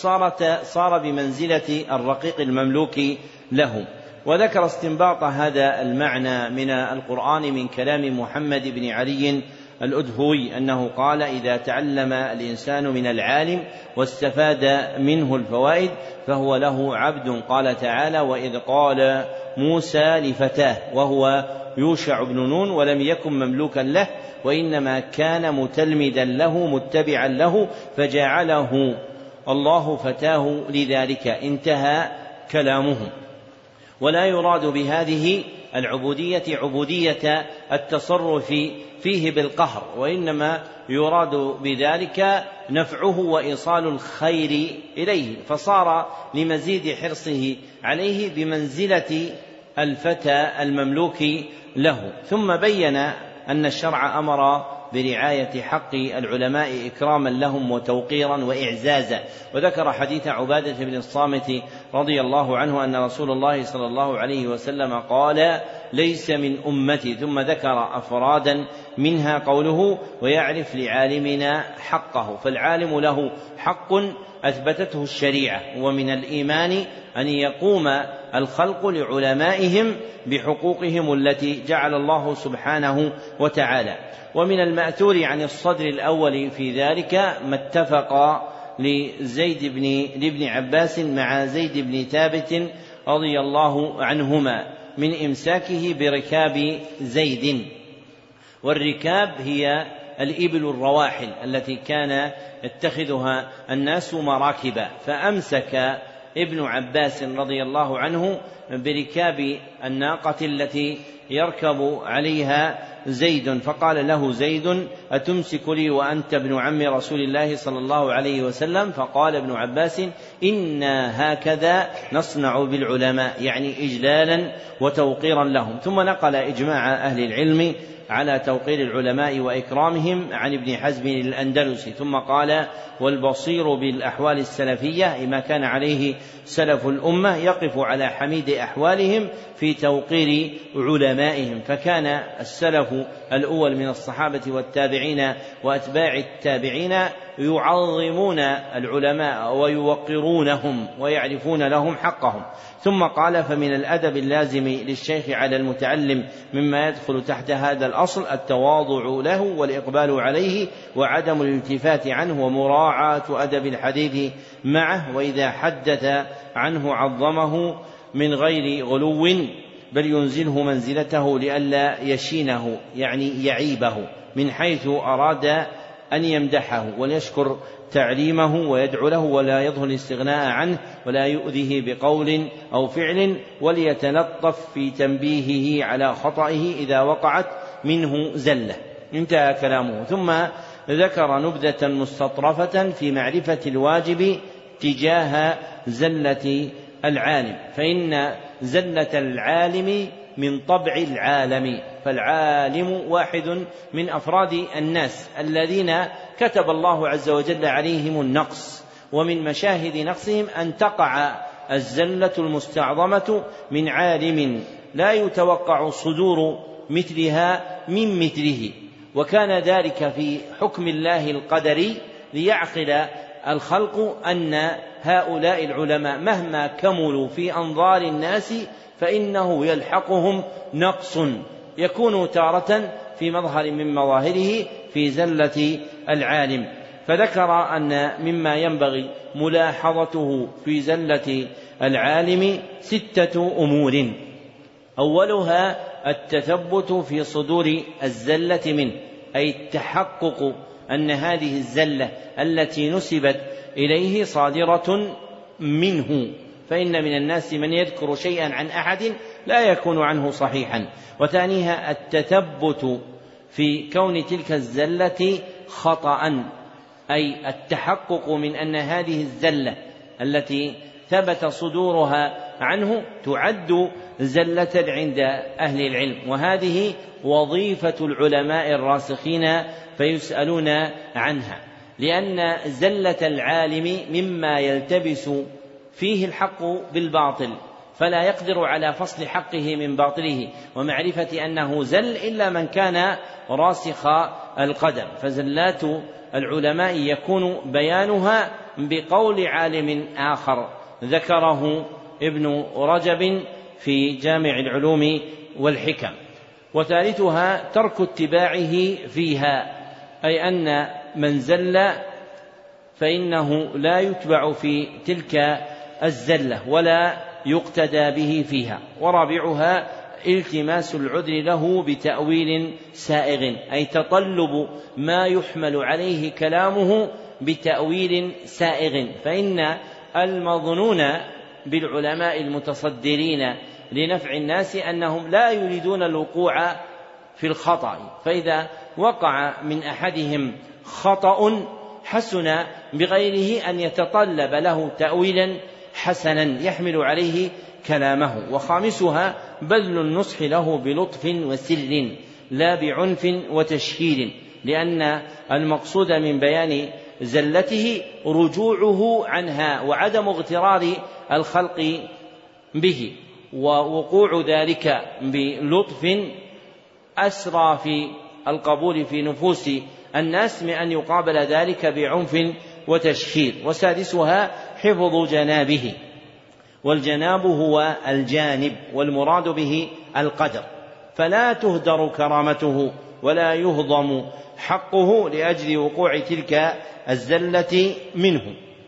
صار بمنزلة الرقيق المملوك له. وذكر استنباط هذا المعنى من القرآن من كلام محمد بن علي الأدهوي أنه قال: إذا تعلم الإنسان من العالم واستفاد منه الفوائد فهو له عبد. قال تعالى: وإذ قال موسى لفتاه وهو يوشع بن نون ولم يكن مملوكا له وإنما كان متلمذا له متبعا له فجعله الله فتاه لذلك. انتهى كلامه. ولا يراد بهذه العبودية عبودية التصرف فيه بالقهر، وإنما يراد بذلك نفعه وإيصال الخير إليه، فصار لمزيد حرصه عليه بمنزلة الفتى المملوك له. ثم بين أن الشرع أمر برعاية حق العلماء إكراما لهم وتوقيرا وإعزازا، وذكر حديث عبادة بن الصامت رضي الله عنه أن رسول الله صلى الله عليه وسلم قال: ليس من أمتي، ثم ذكر أفرادا منها قوله: ويعرف لعالمنا حقه، فالعالم له حق أثبتته الشريعة. ومن الإيمان أن يقوم الخلق لعلمائهم بحقوقهم التي جعل الله سبحانه وتعالى. ومن المأثور عن الصدر الأول في ذلك ما اتفق لابن عباس مع زيد بن ثابت رضي الله عنهما من إمساكه بركاب زيد. والركاب هي الإبل الرواحل التي كان يتخذها الناس مراكبا، فأمسك ابن عباس رضي الله عنه بركاب الناقة التي يركب عليها زيد، فقال له زيد: أتمسك لي وأنت ابن عم رسول الله صلى الله عليه وسلم؟ فقال ابن عباس: إنا هكذا نصنع بالعلماء، يعني إجلالا وتوقيرا لهم. ثم نقل إجماع أهل العلم على توقير العلماء وإكرامهم عن ابن حزم الأندلسي. ثم قال: والبصير بالأحوال السلفية ما كان عليه سلف الأمة يقف على حميد أحوالهم في توقير علمائهم، فكان السلف الأول من الصحابة والتابعين وأتباع التابعين يعظمون العلماء ويوقرونهم ويعرفون لهم حقهم. ثم قال: فمن الأدب اللازم للشيخ على المتعلم مما يدخل تحت هذا الأصل التواضع له والإقبال عليه وعدم الالتفات عنه ومراعاة أدب الحديث معه، وإذا حدث عنه عظمه من غير غلو بل ينزله منزلته لئلا يشينه، يعني يعيبه من حيث أراد أن يمدحه، وليشكر تعليمه ويدعو له ولا يظهر الاستغناء عنه ولا يؤذيه بقول أو فعل، وليتلطف في تنبيهه على خطئه إذا وقعت منه زلة. انتهى كلامه. ثم ذكر نبذة مستطرفة في معرفة الواجب تجاه زلة العالم، فإن زلة العالم من طبع العالم، فالعالم واحد من أفراد الناس الذين كتب الله عز وجل عليهم النقص، ومن مشاهد نقصهم أن تقع الزلة المستعظمة من عالم لا يتوقع صدور مثلها من مثله. وكان ذلك في حكم الله القدري ليعقل الخلق أن هؤلاء العلماء مهما كملوا في أنظار الناس فإنه يلحقهم نقص يكون تارة في مظهر من مظاهره في زلة العالم. فذكر أن مما ينبغي ملاحظته في زلة العالم 6 أمور: أولها التثبت في صدور الزلة منه، أي التحقق أن هذه الزلة التي نسبت إليه صادرة منه، فإن من الناس من يذكر شيئا عن أحد لا يكون عنه صحيحا. وثانيها التثبت في كون تلك الزلة خطأ، أي التحقق من أن هذه الزلة التي ثبت صدورها عنه تعد زلة عند أهل العلم، وهذه وظيفة العلماء الراسخين فيسألون عنها، لأن زلة العالم مما يلتبس فيه الحق بالباطل، فلا يقدر على فصل حقه من باطله ومعرفة أنه زل إلا من كان راسخ القدم. فزلات العلماء يكون بيانها بقول عالم آخر ذكره ابن رجب في جامع العلوم والحكم. وثالثها ترك اتباعه فيها، أي أن من زل فإنه لا يتبع في تلك الزلة ولا يقتدى به فيها. ورابعها التماس العذر له بتأويل سائغ، أي تطلب ما يحمل عليه كلامه بتأويل سائغ، فإن المظنون بالعلماء المتصدرين لنفع الناس أنهم لا يريدون الوقوع في الخطأ، فإذا وقع من أحدهم خطأ حسن بغيره أن يتطلب له تأويلا حسنا يحمل عليه كلامه. وخامسها بذل النصح له بلطف وسر لا بعنف وتشهير، لأن المقصود من بيان زلته رجوعه عنها وعدم اغترار الخلق به، ووقوع ذلك بلطف أسرى في القبول في نفوس الناس من أن يقابل ذلك بعنف وتشهير. وسادسها حفظ جنابه، والجناب هو الجانب والمراد به القدر، فلا تهدر كرامته ولا يهضم حقه لأجل وقوع تلك الزلة منه.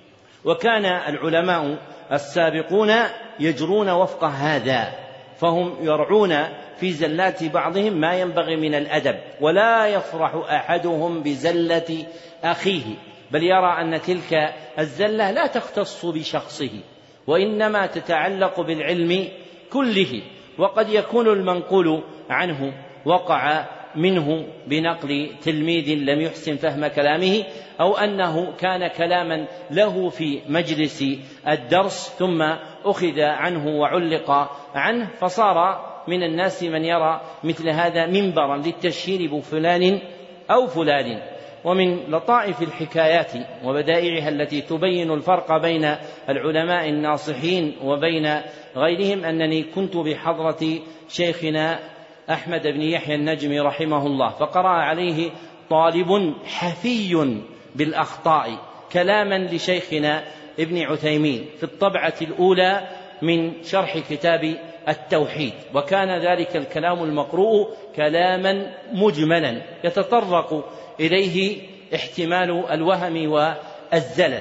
وكان العلماء السابقون يجرون وفق هذا، فهم يرعون في زلات بعضهم ما ينبغي من الأدب، ولا يفرح أحدهم بزلة أخيه، بل يرى أن تلك الزلة لا تختص بشخصه وإنما تتعلق بالعلم كله، وقد يكون المنقول عنه وقع منه بنقل تلميذ لم يحسن فهم كلامه، أو أنه كان كلاما له في مجلس الدرس ثم أخذ عنه وعلق عنه، فصار من الناس من يرى مثل هذا منبرا للتشهير بفلان أو فلان. ومن لطائف الحكايات وبدائعها التي تبين الفرق بين العلماء الناصحين وبين غيرهم أنني كنت بحضرة شيخنا أحمد بن يحيى النجمي رحمه الله، فقرأ عليه طالب حفي بالأخطاء كلاما لشيخنا ابن عثيمين في الطبعة الأولى من شرح كتاب التوحيد، وكان ذلك الكلام المقروء كلاما مجملا يتطرق إليه احتمال الوهم والزلل.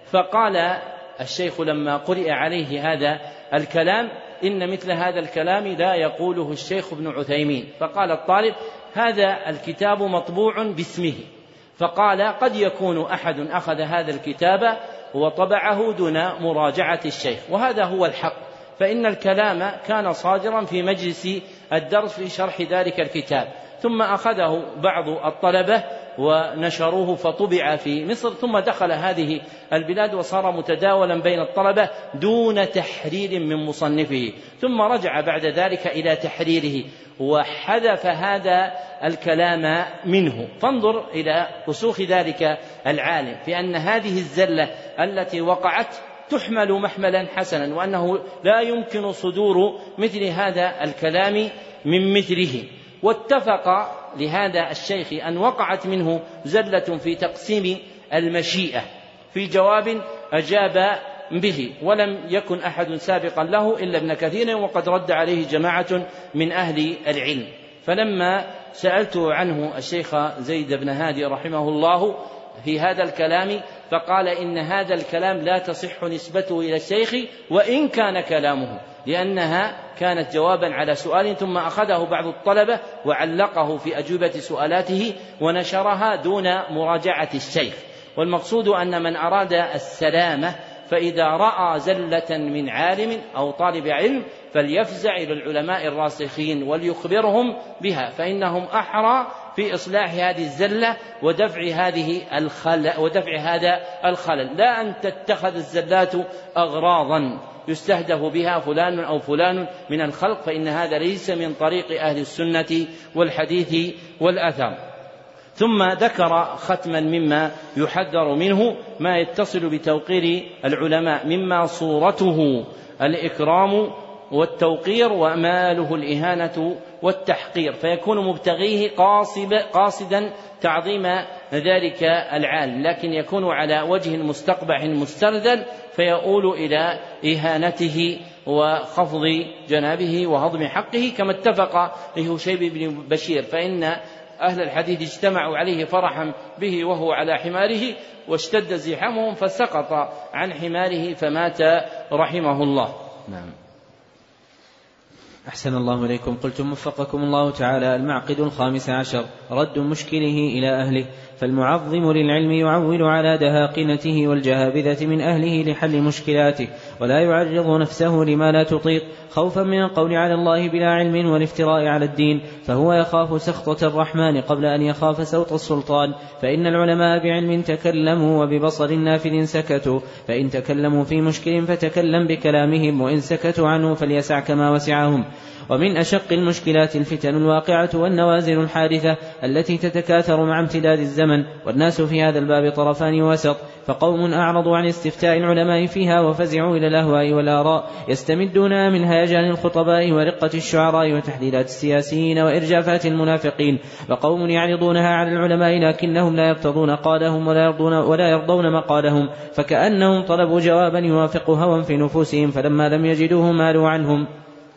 فقال الشيخ لما قرئ عليه هذا الكلام: إن مثل هذا الكلام لا يقوله الشيخ ابن عثيمين. فقال الطالب: هذا الكتاب مطبوع باسمه. فقال: قد يكون أحد أخذ هذا الكتاب وطبعه دون مراجعة الشيخ، وهذا هو الحق، فإن الكلام كان صادرا في مجلس الدرس في شرح ذلك الكتاب، ثم أخذه بعض الطلبة ونشروه فطبع في مصر، ثم دخل هذه البلاد وصار متداولا بين الطلبة دون تحرير من مصنفه، ثم رجع بعد ذلك إلى تحريره وحذف هذا الكلام منه. فانظر إلى رسوخ ذلك العالم في أن هذه الزلة التي وقعت تحمل محملا حسنا، وأنه لا يمكن صدور مثل هذا الكلام من مثله. واتفق لهذا الشيخ أن وقعت منه زلة في تقسيم المشيئة في جواب أجاب به، ولم يكن أحد سابقا له إلا ابن كثير، وقد رد عليه جماعة من أهل العلم. فلما سألته عنه الشيخ زيد بن هادي رحمه الله في هذا الكلام، فقال: إن هذا الكلام لا تصح نسبته إلى الشيخ وإن كان كلامه، لأنها كانت جوابا على سؤال ثم أخذه بعض الطلبة وعلقه في أجوبة سؤالاته ونشرها دون مراجعة الشيخ. والمقصود أن من أراد السلامة فإذا رأى زلة من عالم أو طالب علم فليفزع إلى العلماء الراسخين وليخبرهم بها، فإنهم أحرى في إصلاح هذه الزلة ودفع هذا الخلل، لا أن تتخذ الزلات أغراضا يستهدف بها فلان أو فلان من الخلق، فإن هذا ليس من طريق أهل السنة والحديث والأثر. ثم ذكر ختما مما يحذر منه ما يتصل بتوقير العلماء، مما صورته الإكرام والتوقير وماله الإهانة والتحقير، فيكون مبتغيه قاصدا تعظيم ذلك العالم، لكن يكون على وجه مستقبح مسترذل فيؤول إلى إهانته وخفض جنابه وهضم حقه، كما اتفق لهشيم بن بشير، فإن أهل الحديث اجتمعوا عليه فرحا به وهو على حماره، واشتد زحامهم فسقط عن حماره فمات رحمه الله. نعم. أحسن الله إليكم. قلتم وفقكم الله تعالى: المعقد 15 رد مشكله إلى أهله، فالمعظم للعلم يعول على دهاقنته والجهابذة من أهله لحل مشكلاته، ولا يعرض نفسه لما لا تطيق خوفا من القول على الله بلا علم والافتراء على الدين، فهو يخاف سخطة الرحمن قبل أن يخاف سوط السلطان. فإن العلماء بعلم تكلموا وببصر نافذ سكتوا، فإن تكلموا في مشكل فتكلم بكلامهم، وإن سكتوا عنه فليسعك ما وسعهم. ومن أشق المشكلات الفتن الواقعة والنوازل الحادثة التي تتكاثر مع امتداد الزمن، والناس في هذا الباب طرفان وسط، فقوم أعرضوا عن استفتاء العلماء فيها وفزعوا إلى الأهواء والآراء يستمدون من هيجان الخطباء ورقة الشعراء وتحليلات السياسيين وإرجافات المنافقين، وقوم يعرضونها على العلماء لكنهم لا يرتضون قالهم ولا يرضون مقالهم، فكأنهم طلبوا جوابا يوافق هوى في نفوسهم، فلما لم يجدوه مالوا عنهم.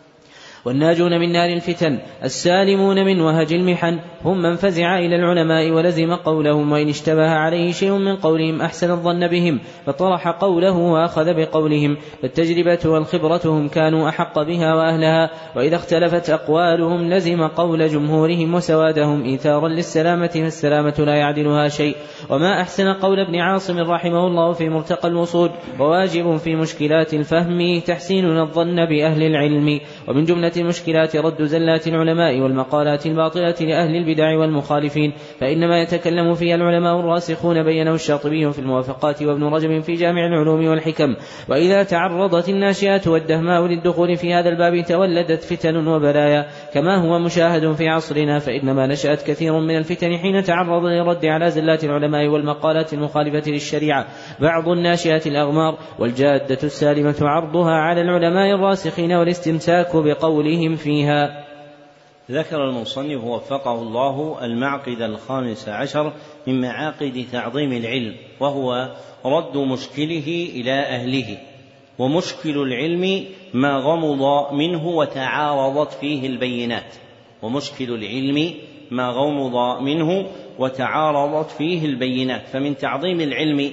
والناجون من نار الفتن السالمون من وهج المحن هم من فزع إلى العلماء ولزم قولهم، وإن اشتبه عليه شيء من قولهم أحسن الظن بهم فطرح قوله وأخذ بقولهم، فالتجربة والخبرة هم كانوا أحق بها وأهلها، وإذا اختلفت أقوالهم لزم قول جمهورهم وسوادهم إيثارا للسلامة، فالسلامة لا يعدلها شيء. وما أحسن قول ابن عاصم رحمه الله في مرتقى الوصول، وواجب في مشكلات الفهم تحسين الظن بأهل العلم. ومن جملة المشكلات رد زلات العلماء والمقالات الباطلة لأهل البدع والمخالفين، فإنما يتكلم فيها العلماء الراسخون، بينه الشاطبي في الموافقات وابن رجب في جامع العلوم والحكم. وإذا تعرضت الناشئات والدهماء للدخول في هذا الباب تولدت فتن وبلايا كما هو مشاهد في عصرنا، فإنما نشأت كثير من الفتن حين تعرض للرد على زلات العلماء والمقالات المخالفة للشريعة بعض الناشئات الأغمار، والجادة السالمة عرضها على العلماء الراسخين والاستمساك بقولهم فيها. ذكر المصنف وفقه الله المعقد 15 من معاقد تعظيم العلم، وهو رد مشكله إلى أهله. ومشكل العلم ما غمض منه وتعارضت فيه البينات، ومشكل العلم ما غمض منه وتعارضت فيه البينات. فمن تعظيم العلم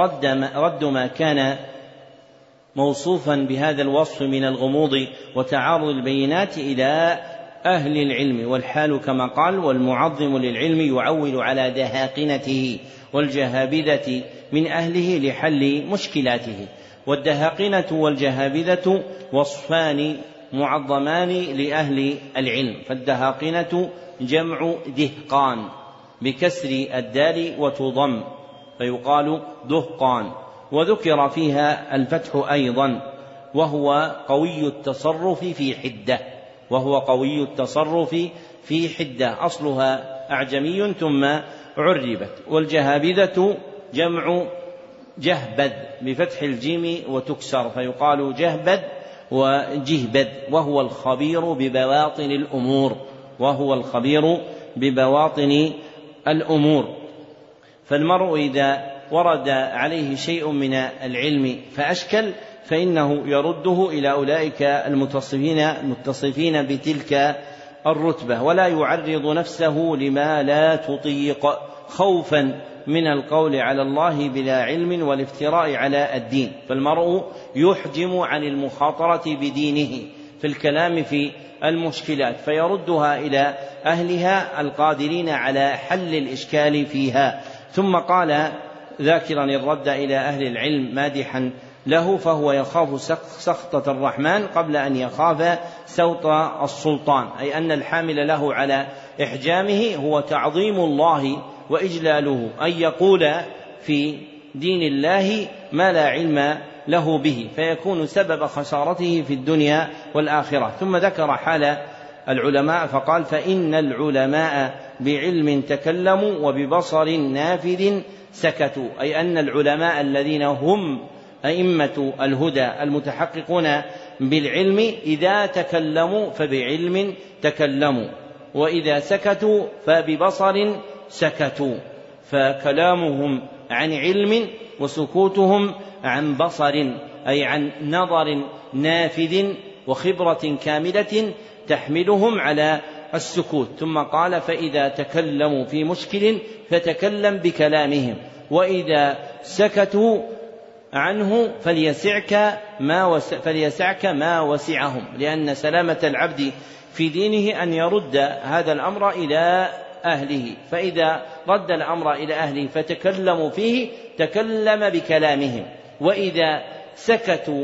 رد ما كان موصوفا بهذا الوصف من الغموض وتعارض البينات إلى أهل العلم، والحال كما قال: والمعظم للعلم يعول على دهاقنته والجهابذة من أهله لحل مشكلاته. والدهاقنة والجهابذة وصفان معظمان لأهل العلم، فالدهاقنة جمع دهقان بكسر الدال وتضم فيقال دهقان، وذكر فيها الفتح أيضا، وهو قوي التصرف في حدة أصلها أعجمي ثم عربت. والجهابذة جمع جهبذ بفتح الجيم وتكسر فيقال جهبذ وجهبذ، وهو الخبير ببواطن الأمور. فالمرء إذا ورد عليه شيء من العلم فأشكل فإنه يرده إلى أولئك المتصفين بتلك الرتبة، ولا يعرض نفسه لما لا تطيق خوفا من القول على الله بلا علم والافتراء على الدين. فالمرء يحجم عن المخاطرة بدينه في الكلام في المشكلات فيردها إلى أهلها القادرين على حل الإشكال فيها. ثم قال ذاكرا الرد إلى أهل العلم مادحا له: فهو يخاف سخطة الرحمن قبل أن يخاف سوط السلطان، أي أن الحامل له على إحجامه هو تعظيم الله وإجلاله، أن يقول في دين الله ما لا علم له به فيكون سبب خسارته في الدنيا والآخرة. ثم ذكر حال العلماء فقال: فإن العلماء بعلم تكلموا وببصر نافذ سكتوا، أي أن العلماء الذين هم أئمة الهدى المتحققون بالعلم إذا تكلموا فبعلم تكلموا، وإذا سكتوا فببصر سكتوا، فكلامهم عن علم وسكوتهم عن بصر، أي عن نظر نافذ وخبرة كاملة تحملهم على السكوت. ثم قال: فإذا تكلموا في مشكل فتكلم بكلامهم، وإذا سكتوا عنه فليسعك ما وسعهم، لأن سلامة العبد في دينه أن يرد هذا الأمر إلى أهله، فإذا رد الأمر إلى أهله فتكلموا فيه تكلم بكلامهم، وإذا سكتوا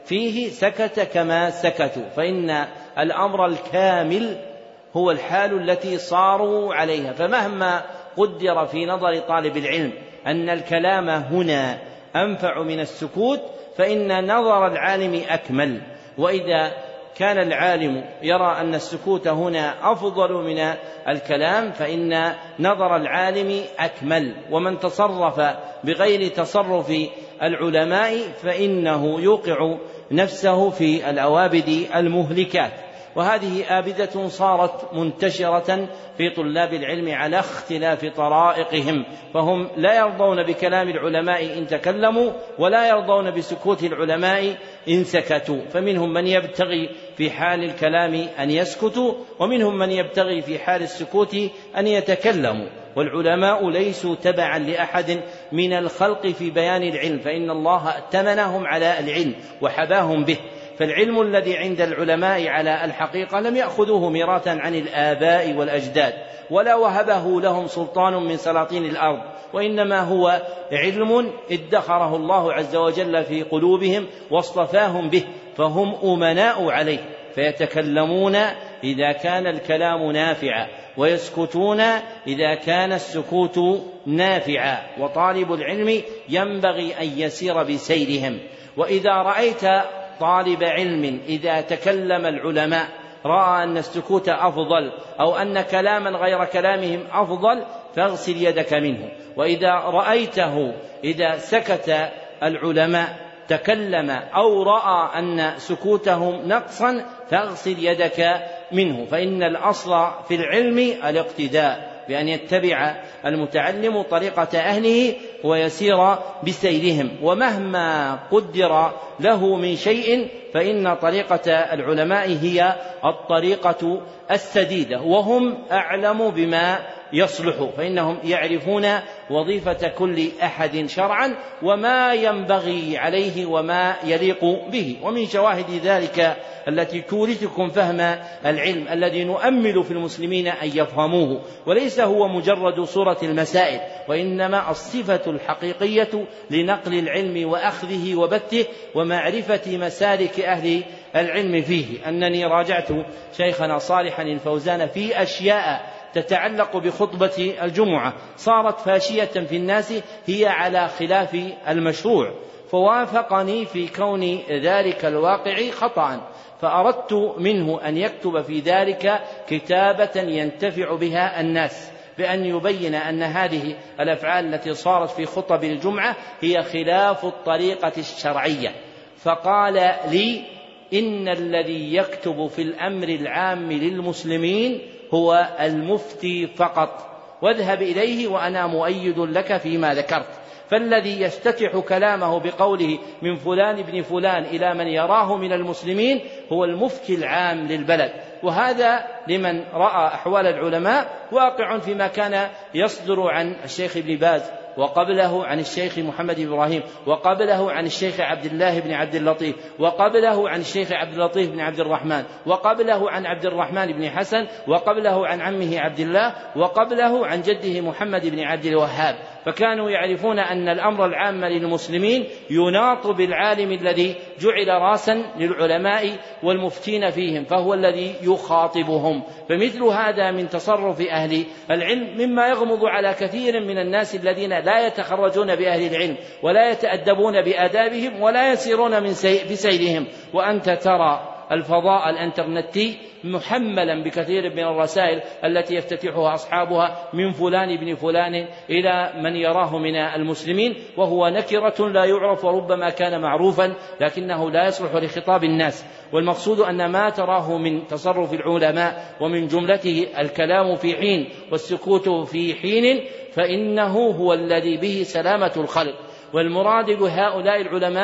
فيه سكت كما سكتوا، فإن الأمر الكامل هو الحال التي صاروا عليها. فمهما قدر في نظر طالب العلم أن الكلام هنا أنفع من السكوت، فإن نظر العالم أكمل. وإذا كان العالم يرى أن السكوت هنا أفضل من الكلام، فإن نظر العالم أكمل. ومن تصرف بغير تصرف العلماء فإنه يوقع نفسه في الأوابد المهلكات. وهذه آبدة صارت منتشرة في طلاب العلم على اختلاف طرائقهم، فهم لا يرضون بكلام العلماء إن تكلموا، ولا يرضون بسكوت العلماء إن سكتوا. فمنهم من يبتغي في حال الكلام أن يسكتوا، ومنهم من يبتغي في حال السكوت أن يتكلموا. والعلماء ليسوا تبعا لأحد من الخلق في بيان العلم، فإن الله ائتمنهم على العلم وحباهم به. فالعلم الذي عند العلماء على الحقيقة لم يأخذوه ميراثا عن الآباء والأجداد، ولا وهبه لهم سلطان من سلاطين الأرض، وإنما هو علم ادخره الله عز وجل في قلوبهم واصطفاهم به، فهم أمناء عليه، فيتكلمون إذا كان الكلام نافعا، ويسكتون إذا كان السكوت نافعا. وطالب العلم ينبغي أن يسير بسيرهم. وإذا رأيت طالب علم إذا تكلم العلماء رأى أن السكوت أفضل، أو أن كلاما غير كلامهم أفضل، فاغسل يدك منه. وإذا رأيته إذا سكت العلماء تكلم أو رأى أن سكوتهم نقصا، فاغسل يدك منه. فإن الأصل في العلم الاقتداء، بأن يتبع المتعلم طريقة أهله ويسير بسيرهم. ومهما قدر له من شيء فإن طريقة العلماء هي الطريقة السديدة، وهم أعلم بما يصلح، فإنهم يعرفون وظيفة كل أحد شرعا وما ينبغي عليه وما يليق به. ومن شواهد ذلك التي تورثكم فهم العلم الذي نؤمل في المسلمين أن يفهموه، وليس هو مجرد صورة المسائل، وإنما الصفة الحقيقية لنقل العلم وأخذه وبثه ومعرفة مسالك أهل العلم فيه. أنني راجعت شيخنا صالحا الفوزان في أشياء تتعلق بخطبة الجمعة صارت فاشية في الناس هي على خلاف المشروع، فوافقني في كون ذلك الواقع خطأ، فأردت منه أن يكتب في ذلك كتابة ينتفع بها الناس، بأن يبين أن هذه الأفعال التي صارت في خطب الجمعة هي خلاف الطريقة الشرعية. فقال لي: إن الذي يكتب في الأمر العام للمسلمين هو المفتي فقط، واذهب إليه وأنا مؤيد لك فيما ذكرت. فالذي يفتتح كلامه بقوله من فلان ابن فلان إلى من يراه من المسلمين هو المفتي العام للبلد. وهذا لمن رأى أحوال العلماء واقع فيما كان يصدر عن الشيخ ابن باز، وقبله عن الشيخ محمد إبراهيم، وقبله عن الشيخ عبد الله بن عبد اللطيف، وقبله عن الشيخ عبد اللطيف بن عبد الرحمن، وقبله عن عبد الرحمن بن حسن، وقبله عن عمه عبد الله، وقبله عن جده محمد بن عبد الوهاب. فكانوا يعرفون أن الأمر العام للمسلمين يناط بالعالم الذي جعل راسا للعلماء والمفتين فيهم، فهو الذي يخاطبهم. فمثل هذا من تصرف أهل العلم مما يغمض على كثير من الناس الذين لا يتخرجون بأهل العلم ولا يتأدبون بآدابهم ولا يسيرون بسيرهم. وأنت ترى الفضاء الانترنتي محملا بكثير من الرسائل التي يفتتحها أصحابها من فلان ابن فلان إلى من يراه من المسلمين، وهو نكرة لا يعرف، وربما كان معروفا لكنه لا يصلح لخطاب الناس. والمقصود أن ما تراه من تصرف العلماء ومن جملته الكلام في حين والسكوت في حين فإنه هو الذي به سلامة الخلق. والمراد بهؤلاء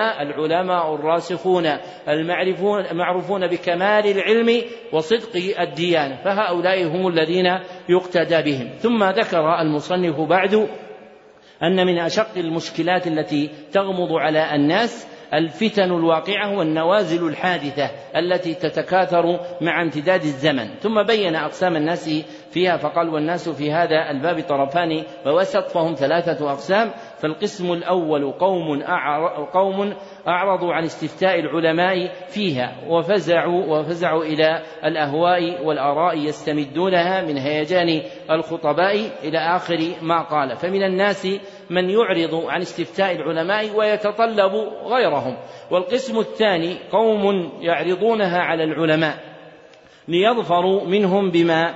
العلماء الراسخون المعروفون بكمال العلم وصدق الديانة، فهؤلاء هم الذين يقتدى بهم. ثم ذكر المصنف بعد أن من أشق المشكلات التي تغمض على الناس الفتن الواقعة والنوازل الحادثة التي تتكاثر مع امتداد الزمن. ثم بين أقسام الناس فيها. فقال والناس في هذا الباب طرفان ووسط فهم 3 أقسام. فالقسم الأول قوم أعرضوا عن استفتاء العلماء فيها وفزعوا إلى الأهواء والآراء يستمدونها من هيجان الخطباء إلى آخر ما قال. فمن الناس من يعرض عن استفتاء العلماء ويتطلب غيرهم. والقسم الثاني قوم يعرضونها على العلماء ليظفروا منهم بما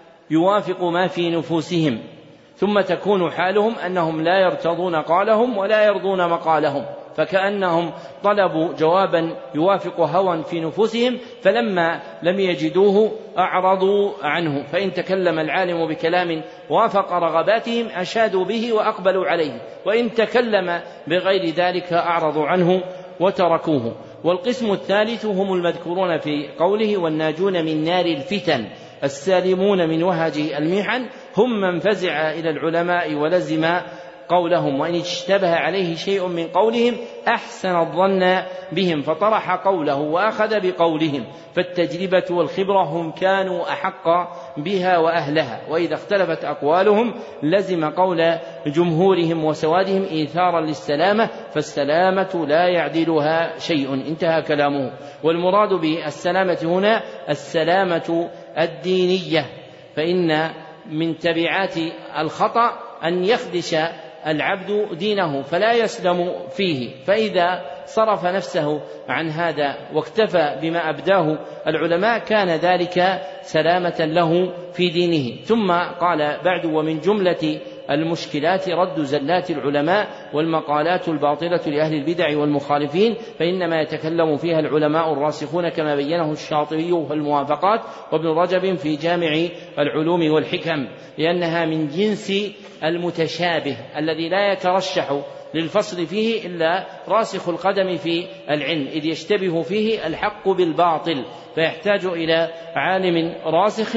يوافق ما في نفوسهم، ثم تكون حالهم أنهم لا يرتضون قالهم ولا يرضون مقالهم، فكأنهم طلبوا جوابا يوافق هوى في نفوسهم، فلما لم يجدوه أعرضوا عنه. فإن تكلم العالم بكلام وافق رغباتهم أشادوا به وأقبلوا عليه، وإن تكلم بغير ذلك أعرضوا عنه وتركوه. والقسم الثالث هم المذكورون في قوله والناجون من نار الفتن السالمون من وهج المحن، هم من فزع إلى العلماء ولزم قولهم، وإن اشتبه عليه شيء من قولهم أحسن الظن بهم فطرح قوله وأخذ بقولهم. فالتجربة والخبرة هم كانوا أحق بها وأهلها، وإذا اختلفت أقوالهم لزم قول جمهورهم وسوادهم إيثارا للسلامة، فالسلامة لا يعدلها شيء. انتهى كلامه. والمراد بالسلامة هنا السلامة الدينية، فإن من تبعات الخطأ أن يخدش العبد دينه فلا يسلم فيه، فإذا صرف نفسه عن هذا واكتفى بما أبداه العلماء كان ذلك سلامة له في دينه. ثم قال بعد ومن جملة المشكلات رد زلات العلماء والمقالات الباطلة لأهل البدع والمخالفين، فإنما يتكلم فيها العلماء الراسخون كما بينه الشاطبي في الموافقات وابن رجب في جامع العلوم والحكم، لأنها من جنس المتشابه الذي لا يترشح للفصل فيه إلا راسخ القدم في العلم، إذ يشتبه فيه الحق بالباطل، فيحتاج إلى عالم راسخ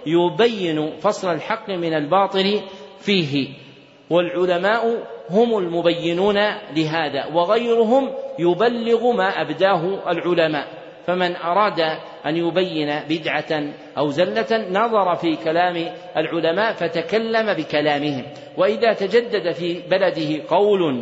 يبين فصل الحق من الباطل فيه. والعلماء هم المبينون لهذا، وغيرهم يبلغ ما أبداه العلماء. فمن أراد أن يبين بدعة أو زلة نظر في كلام العلماء فتكلم بكلامهم، وإذا تجدد في بلده قول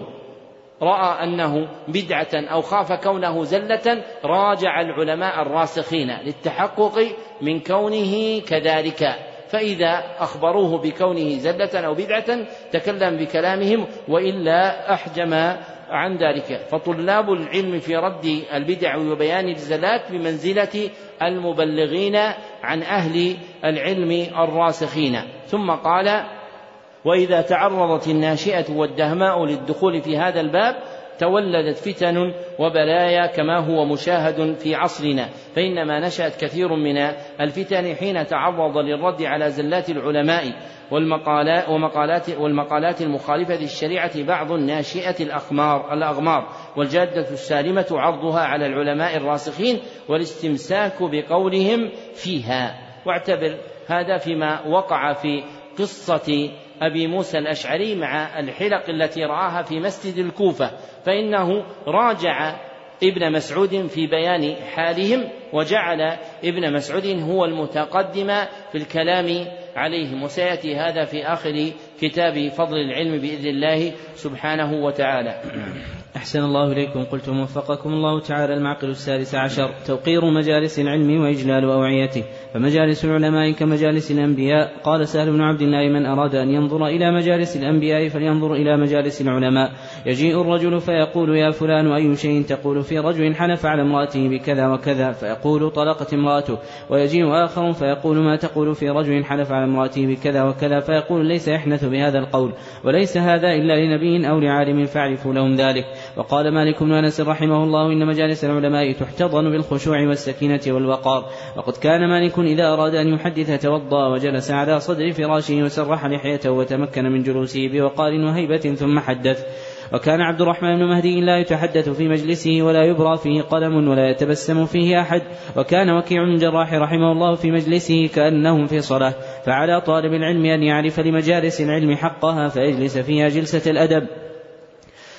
رأى أنه بدعة أو خاف كونه زلة راجع العلماء الراسخين للتحقق من كونه كذلك، فإذا أخبروه بكونه زلة أو بدعة تكلم بكلامهم، وإلا أحجم عن ذلك. فطلاب العلم في رد البدع وبيان الزلات بمنزلة المبلغين عن أهل العلم الراسخين. ثم قال وإذا تعرضت الناشئة والدهماء للدخول في هذا الباب تولدت فتن وبلايا كما هو مشاهد في عصرنا، فإنما نشأت كثير من الفتن حين تعرض للرد على زلات العلماء والمقالات المخالفة للشريعة بعض الناشئة الأغمار، والجادة السالمة عرضها على العلماء الراسخين والاستمساك بقولهم فيها. واعتبر هذا فيما وقع في قصة أبي موسى الأشعري مع الحلق التي رآها في مسجد الكوفة، فإنه راجع ابن مسعود في بيان حالهم، وجعل ابن مسعود هو المتقدم في الكلام عليهم، وسيأتي هذا في آخر كتاب فضل العلم بإذن الله سبحانه وتعالى. أحسن الله إليكم. قلت وفقكم الله تعالى. المعقل 16 توقير مجالس العلم وإجلال أوعيته، فمجالس العلماء كمجالس الأنبياء. قال سهل بن عبد الله من أراد أن ينظر إلى مجالس الأنبياء فلينظر إلى مجالس العلماء. يجيء الرجل فيقول يا فلان أي شيء تقول في رجل حلف على امرأته بكذا وكذا، فيقول طلقت امرأته. ويجيء آخر فيقول ما تقول في رجل حلف على امرأته بكذا وكذا، فيقول ليس يحنث بهذا القول، وليس هذا إلا لنبي أو لعالم فاعرفوا لهم ذلك. وقال مالك بن أنس رحمه الله إن مجالس العلماء تحتضن بالخشوع والسكينة والوقار. وقد كان مالك إذا أراد أن يحدث توضأ وجلس على صدر فراشه وسرح لحيته وتمكن من جلوسه بوقار وهيبة ثم حدث. وكان عبد الرحمن بن مهدي لا يتحدث في مجلسه ولا يبرى فيه قلم ولا يتبسم فيه أحد. وكان وكيع بن جراح رحمه الله في مجلسه كأنهم في صلاة. فعلى طالب العلم أن يعرف لمجالس العلم حقها فيجلس فيها جلسة الأدب.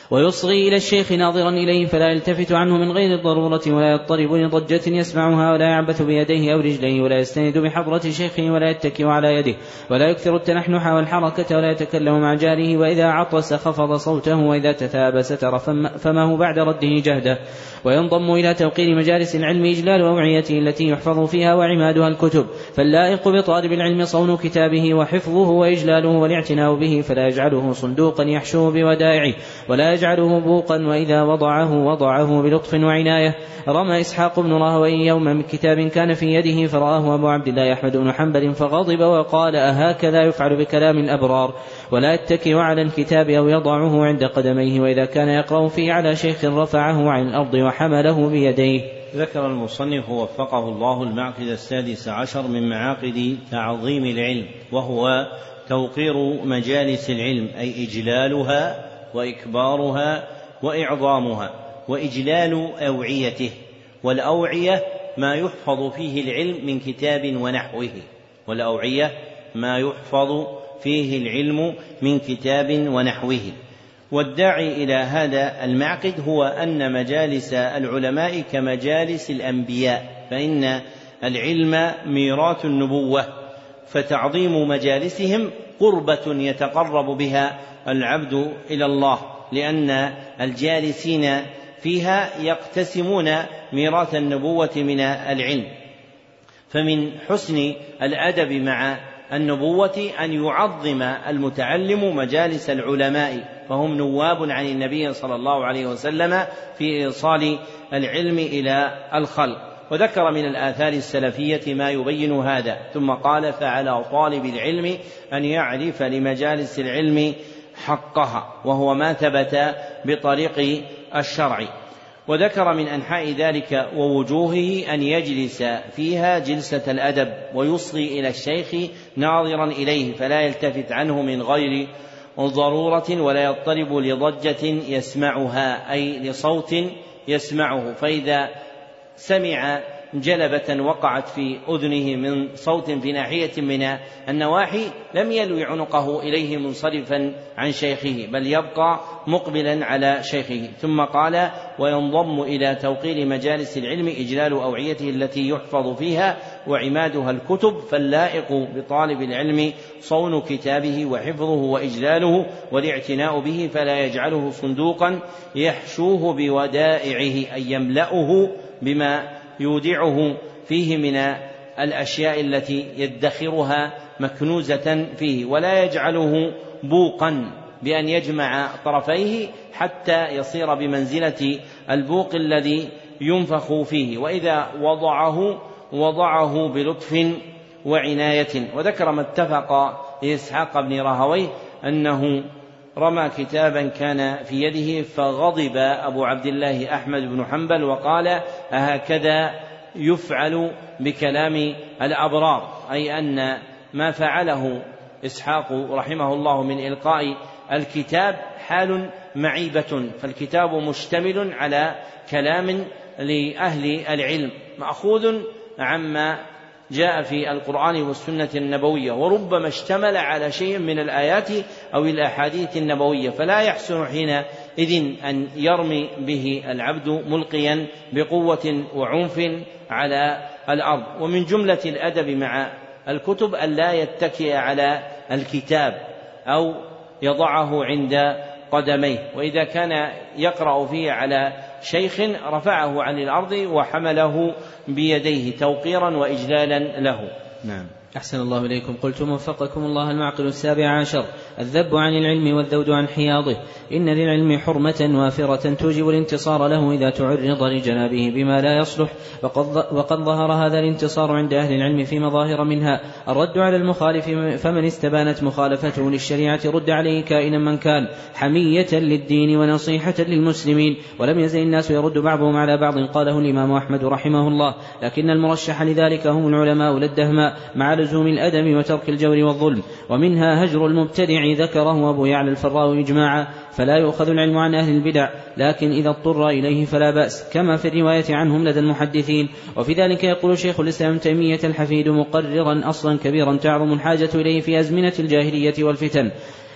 ويصغي إلى الشيخ ناظرا إليه فلا يلتفت عنه من غير الضرورة ولا يضطرب لضجة يسمعها ولا يعبث بيديه أو رجليه ولا يستند بحضرة شيخه ولا يتكئ على يده ولا يكثر التنحنح والحركة ولا يتكلم مع جاره وإذا عطس خفض صوته وإذا تثاب ستر فمه بعد رده جهده. وينضم إلى توقير مجالس العلم إجلال أوعيته التي يحفظ فيها وعمادها الكتب، فاللائق بطالب العلم صون كتابه وحفظه وإجلاله والاعتناء به، فلا يجعله صندوقا يحشوه بودائعه ولا يجعله بوقا، وإذا وضعه بلطف وعناية. رمى إسحاق بن راهويه يوما بكتاب كان في يده فرآه أبو عبد الله أحمد بن حنبل فغضب وقال: أهكذا يفعل بكلام الأبرار؟ ولا يتكئ على الكتاب أو يضعه عند قدميه، وإذا كان يقرأ فيه على شيخ رفعه عن الأرض وحمله بيديه. ذكر المصنف وفقه الله المعقد 16 من معاقد تعظيم العلم، وهو توقير مجالس العلم، أي إجلالها وإكبارها وإعظامها، وإجلال أوعيته. والأوعية ما يحفظ فيه العلم من كتاب ونحوه، والأوعية ما يحفظ فيه العلم من كتاب ونحوه. والداعي إلى هذا المعقد هو أن مجالس العلماء كمجالس الأنبياء، فإن العلم ميراث النبوة، فتعظيم مجالسهم قربة يتقرب بها العبد إلى الله، لأن الجالسين فيها يقتسمون ميراث النبوة من العلم. فمن حسن الأدب مع النبوة أن يعظم المتعلم مجالس العلماء، فهم نواب عن النبي صلى الله عليه وسلم في إيصال العلم إلى الخلق. وذكر من الآثار السلفية ما يبين هذا، ثم قال: فعلى طالب العلم أن يعرف لمجالس العلم حقها، وهو ما ثبت بطريق الشرع. وذكر من أنحاء ذلك ووجوهه أن يجلس فيها جلسة الأدب، ويصغي إلى الشيخ ناظرا إليه فلا يلتفت عنه من غير ضرورة ولا يضطرب لضجة يسمعها، أي لصوت يسمعه، فإذا سمع جلبة وقعت في أذنه من صوت في ناحية من النواحي لم يلوي عنقه إليه منصرفا عن شيخه، بل يبقى مقبلا على شيخه. ثم قال: وينضم إلى توقير مجالس العلم إجلال أوعيته التي يحفظ فيها وعمادها الكتب، فاللائق بطالب العلم صون كتابه وحفظه وإجلاله والاعتناء به، فلا يجعله صندوقا يحشوه بودائعه، أي يملأه بما يودعه فيه من الأشياء التي يدخرها مكنوزة فيه، ولا يجعله بوقا بأن يجمع طرفيه حتى يصير بمنزلة البوق الذي ينفخ فيه، وإذا وضعه بلطف وعناية. وذكر ما اتفق لإسحاق بن راهويه أنه رمى كتابا كان في يده فغضب أبو عبد الله أحمد بن حنبل وقال: أهكذا يفعل بكلام الأبرار؟ أي أن ما فعله إسحاق رحمه الله من إلقاء الكتاب حال معيبة، فالكتاب مشتمل على كلام لأهل العلم مأخوذ عما جاء في القرآن والسنة النبوية، وربما اشتمل على شيء من الآيات أو الأحاديث النبوية، فلا يحسن حينئذ أن يرمي به العبد ملقيا بقوة وعنف على الأرض. ومن جملة الأدب مع الكتب أن لا يتكئ على الكتاب أو يضعه عند قدميه، وإذا كان يقرأ فيه على شيخ رفعه عن الأرض وحمله بيديه توقيرا وإجلالا له. نعم. أحسن الله إليكم. قلتم وفقكم الله المعقل 17: الذب عن العلم والذود عن حياضه. إن للعلم حرمة وافرة توجب الانتصار له إذا تعرض لجنابه بما لا يصلح، وقد ظهر هذا الانتصار عند أهل العلم في مظاهر، منها الرد على المخالف، فمن استبانت مخالفته للشريعة رد عليه كائنا من كان، حمية للدين ونصيحة للمسلمين. ولم يزل الناس يرد بعضهم على بعض، قاله الإمام أحمد رحمه الله، لكن المرشح لذلك هم العلماء للدهماء مع لزوم الأدب وترك الجور والظلم. ومنها هجر المبتدع، ذكره أبو يعلى الفراء إجماعا، فلا يؤخذ العلم عن أهل البدع، لكن إذا اضطر إليه فلا بأس، كما في الرواية عنهم لدى المحدثين. وفي ذلك يقول شيخ الإسلام تيمية الحفيد مقررا أصلا كبيرا تعظم الحاجة إليه في أزمنة الجاهلية والفتن،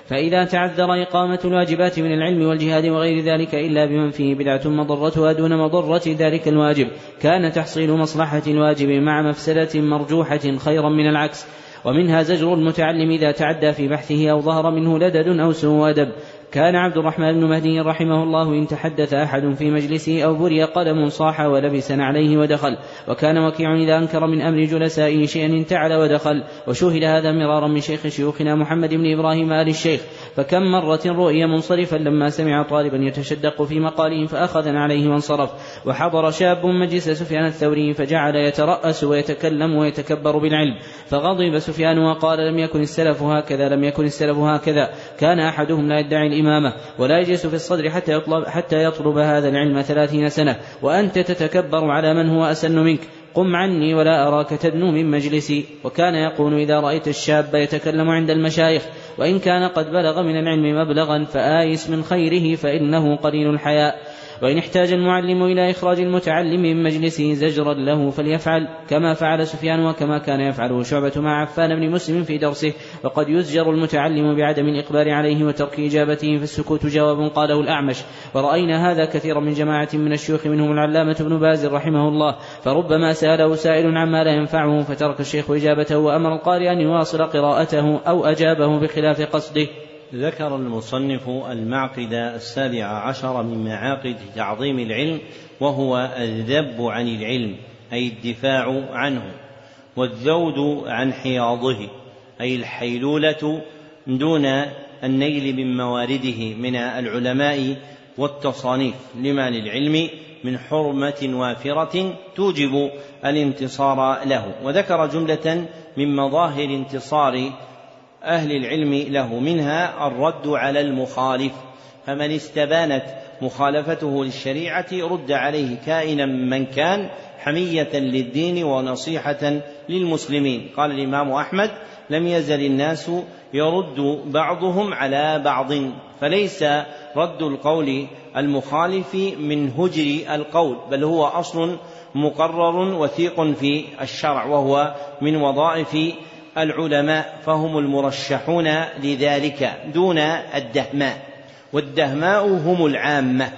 فإذا تعذر إقامة الواجبات من العلم والجهاد وغير ذلك إلا بمن فيه بدعة مضرتها دون مضرة ذلك الواجب كان تحصيل مصلحة الواجب مع مفسدة مرجوحة خيرا من العكس. ومنها زجر المتعلم إذا تعدى في بحثه أو ظهر منه لدد أو سوء أدب. كان عبد الرحمن بن مهدي رحمه الله إن تحدث أحد في مجلسه أو بري قلم صاح ولبس عليه ودخل. وكان وكيع إذا أنكر من أمر جلسائه شيئا انتعل ودخل. وشوهد هذا مرارا من شيخ شيوخنا محمد بن إبراهيم آل الشيخ، فكم مرة رؤي منصرفا لما سمع طالبا يتشدق في مقاله فأخذ عليه وانصرف. وحضر شاب مجلس سفيان الثوري فجعل يترأس ويتكلم ويتكبر بالعلم، فغضب سفيان وقال لم يكن السلف هكذا، لم يكن السلف هكذا. كان أحدهم لا يدعي الإمامة ولا يجلس في الصدر حتى يطلب هذا العلم 30 سنة، وأنت تتكبر على من هو أسن منك. قم عني ولا أراك تدنو من مجلسي. وكان يقول إذا رأيت الشاب يتكلم عند المشايخ وإن كان قد بلغ من العلم مبلغا فآيس من خيره فإنه قليل الحياء. وإن احتاج المعلم إلى إخراج المتعلم من مجلسه زجرا له فليفعل كما فعل سفيان وكما كان يفعله شعبة مع عفان بن مسلم في درسه. وقد يزجر المتعلم بعدم الإقبال عليه وترك إجابته، فالسكوت جواب قاله الأعمش. ورأينا هذا كثيرا من جماعة من الشيوخ منهم العلامة ابن باز رحمه الله، فربما سأله سائل عما لا ينفعه فترك الشيخ إجابته وأمر القارئ أن يواصل قراءته أو أجابه بخلاف قصده. ذكر المصنف المعقد 17 من معاقد تعظيم العلم، وهو الذب عن العلم أي الدفاع عنه، والذود عن حياضه أي الحيلولة دون النيل من موارده من العلماء والتصانيف، لما للعلم من حرمة وافرة توجب الانتصار له. وذكر جملة من مظاهر انتصار أهل العلم له، منها الرد على المخالف، فمن استبانت مخالفته للشريعة رد عليه كائنا من كان، حمية للدين ونصيحة للمسلمين. قال الإمام أحمد لم يزل الناس يرد بعضهم على بعض، فليس رد القول المخالف من هجر القول، بل هو أصل مقرر وثيق في الشرع، وهو من وظائف العلماء، فهم المرشحون لذلك دون الدهماء. والدهماء هم العامة،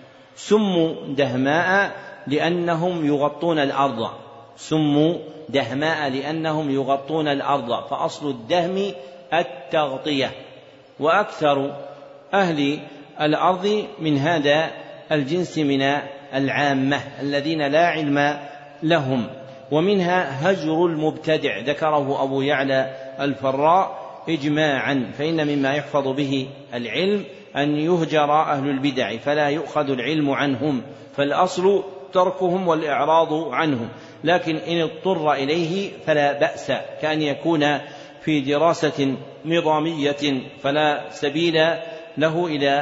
سموا دهماء لأنهم يغطون الأرض، سموا دهماء لأنهم يغطون الأرض، فأصل الدهم التغطية. وأكثر أهل الأرض من هذا الجنس من العامة الذين لا علم لهم. ومنها هجر المبتدع، ذكره أبو يعلى الفراء إجماعا، فإن مما يحفظ به العلم أن يهجر أهل البدع فلا يؤخذ العلم عنهم، فالأصل تركهم والإعراض عنهم، لكن إن اضطر إليه فلا بأس، كأن يكون في دراسة نظامية فلا سبيل له إلى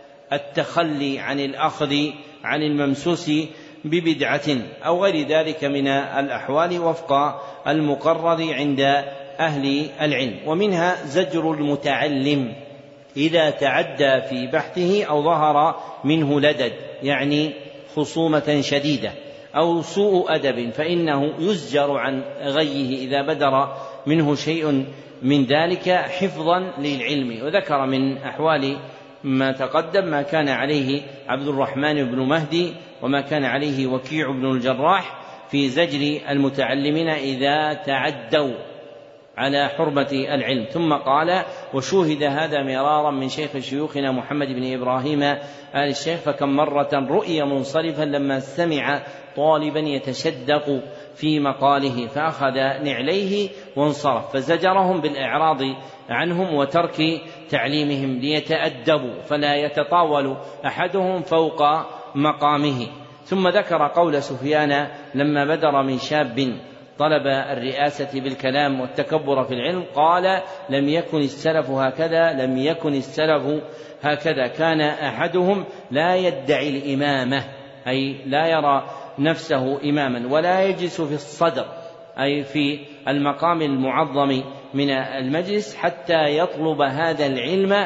التخلي عن الأخذ عن الممسوس ببدعة أو غير ذلك من الأحوال وفق المقرر عند أهل العلم. ومنها زجر المتعلم إذا تعدى في بحثه أو ظهر منه لدد، يعني خصومة شديدة أو سوء أدب، فإنه يزجر عن غيه إذا بدر منه شيء من ذلك حفظا للعلم. وذكر من أحوال ما تقدم ما كان عليه عبد الرحمن بن مهدي وما كان عليه وكيع بن الجراح في زجر المتعلمين إذا تعدوا على حرمة العلم. ثم قال وشوهد هذا مرارا من شيخ شيوخنا محمد بن إبراهيم آل الشيخ، فكم مرة رؤي منصرفا لما سمع طالبا يتشدق في مقاله فأخذ نعليه وانصرف، فزجرهم بالإعراض عنهم وترك تعليمهم ليتأدبوا فلا يتطاول أحدهم فوق مقامه. ثم ذكر قول سفيان لما بدر من شاب طلب الرئاسة بالكلام والتكبر في العلم، قال لم يكن السلف هكذا، لم يكن السلف هكذا. كان أحدهم لا يدعي الإمامة، أي لا يرى نفسه إماما، ولا يجلس في الصدر أي في المقام المعظم من المجلس حتى يطلب هذا العلم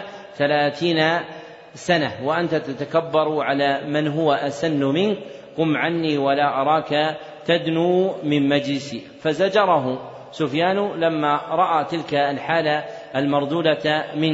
30 سنة، وأنت تتكبر على من هو أسن منك، قم عني ولا أراك تدنو من مجلسي. فزجره سفيان لما رأى تلك الحالة المردودة منه،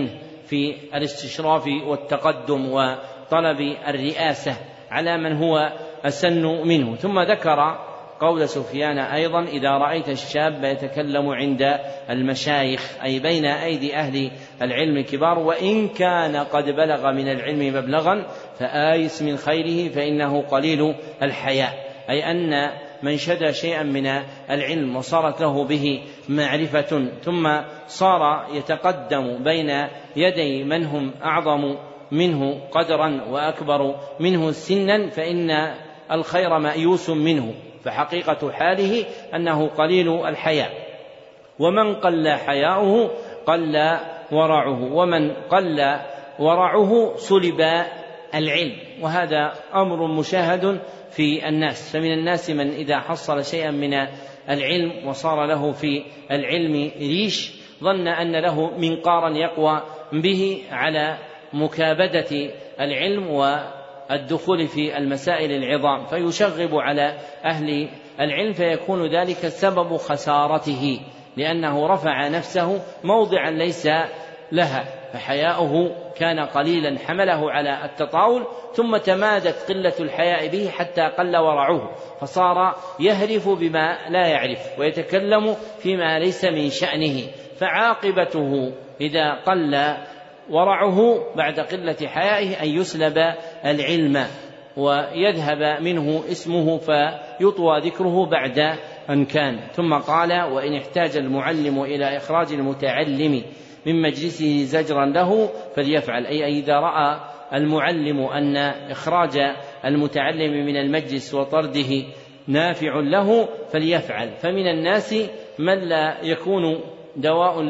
في الاستشراف والتقدم وطلب الرئاسة على من هو أسن منه. ثم ذكر قول سفيان أيضا: إذا رأيت الشاب يتكلم عند المشايخ، أي بين أيدي أهل العلم الكبار، وإن كان قد بلغ من العلم مبلغا فآيس من خيره فإنه قليل الحياء، أي أن من شد شيئا من العلم وصارت له به معرفة ثم صار يتقدم بين يدي من هم أعظم منه قدرا وأكبر منه سنا فإن الخير مأيوس منه، فحقيقة حاله أنه قليل الحياء. ومن قل حياؤه قل ورعه، ومن قل ورعه سلب العلم، وهذا أمر مشاهد في الناس. فمن الناس من إذا حصل شيئا من العلم وصار له في العلم ريش ظن أن له منقارا يقوى به على مكابدة العلم والدخول في المسائل العظام، فيشغب على أهل العلم، فيكون ذلك سبب خسارته، لأنه رفع نفسه موضعا ليس لها، فحياؤه كان قليلا حمله على التطاول، ثم تمادت قلة الحياء به حتى قل ورعه، فصار يهرف بما لا يعرف ويتكلم فيما ليس من شأنه، فعاقبته إذا قل ورعه بعد قلة حيائه أن يسلب العلم ويذهب منه اسمه فيطوى ذكره بعد أن كان. ثم قال: وإن احتاج المعلم إلى إخراج المتعلم من مجلسه زجرا له فليفعل، أي إذا رأى المعلم أن إخراج المتعلم من المجلس وطرده نافع له فليفعل. فمن الناس من لا يكون دواء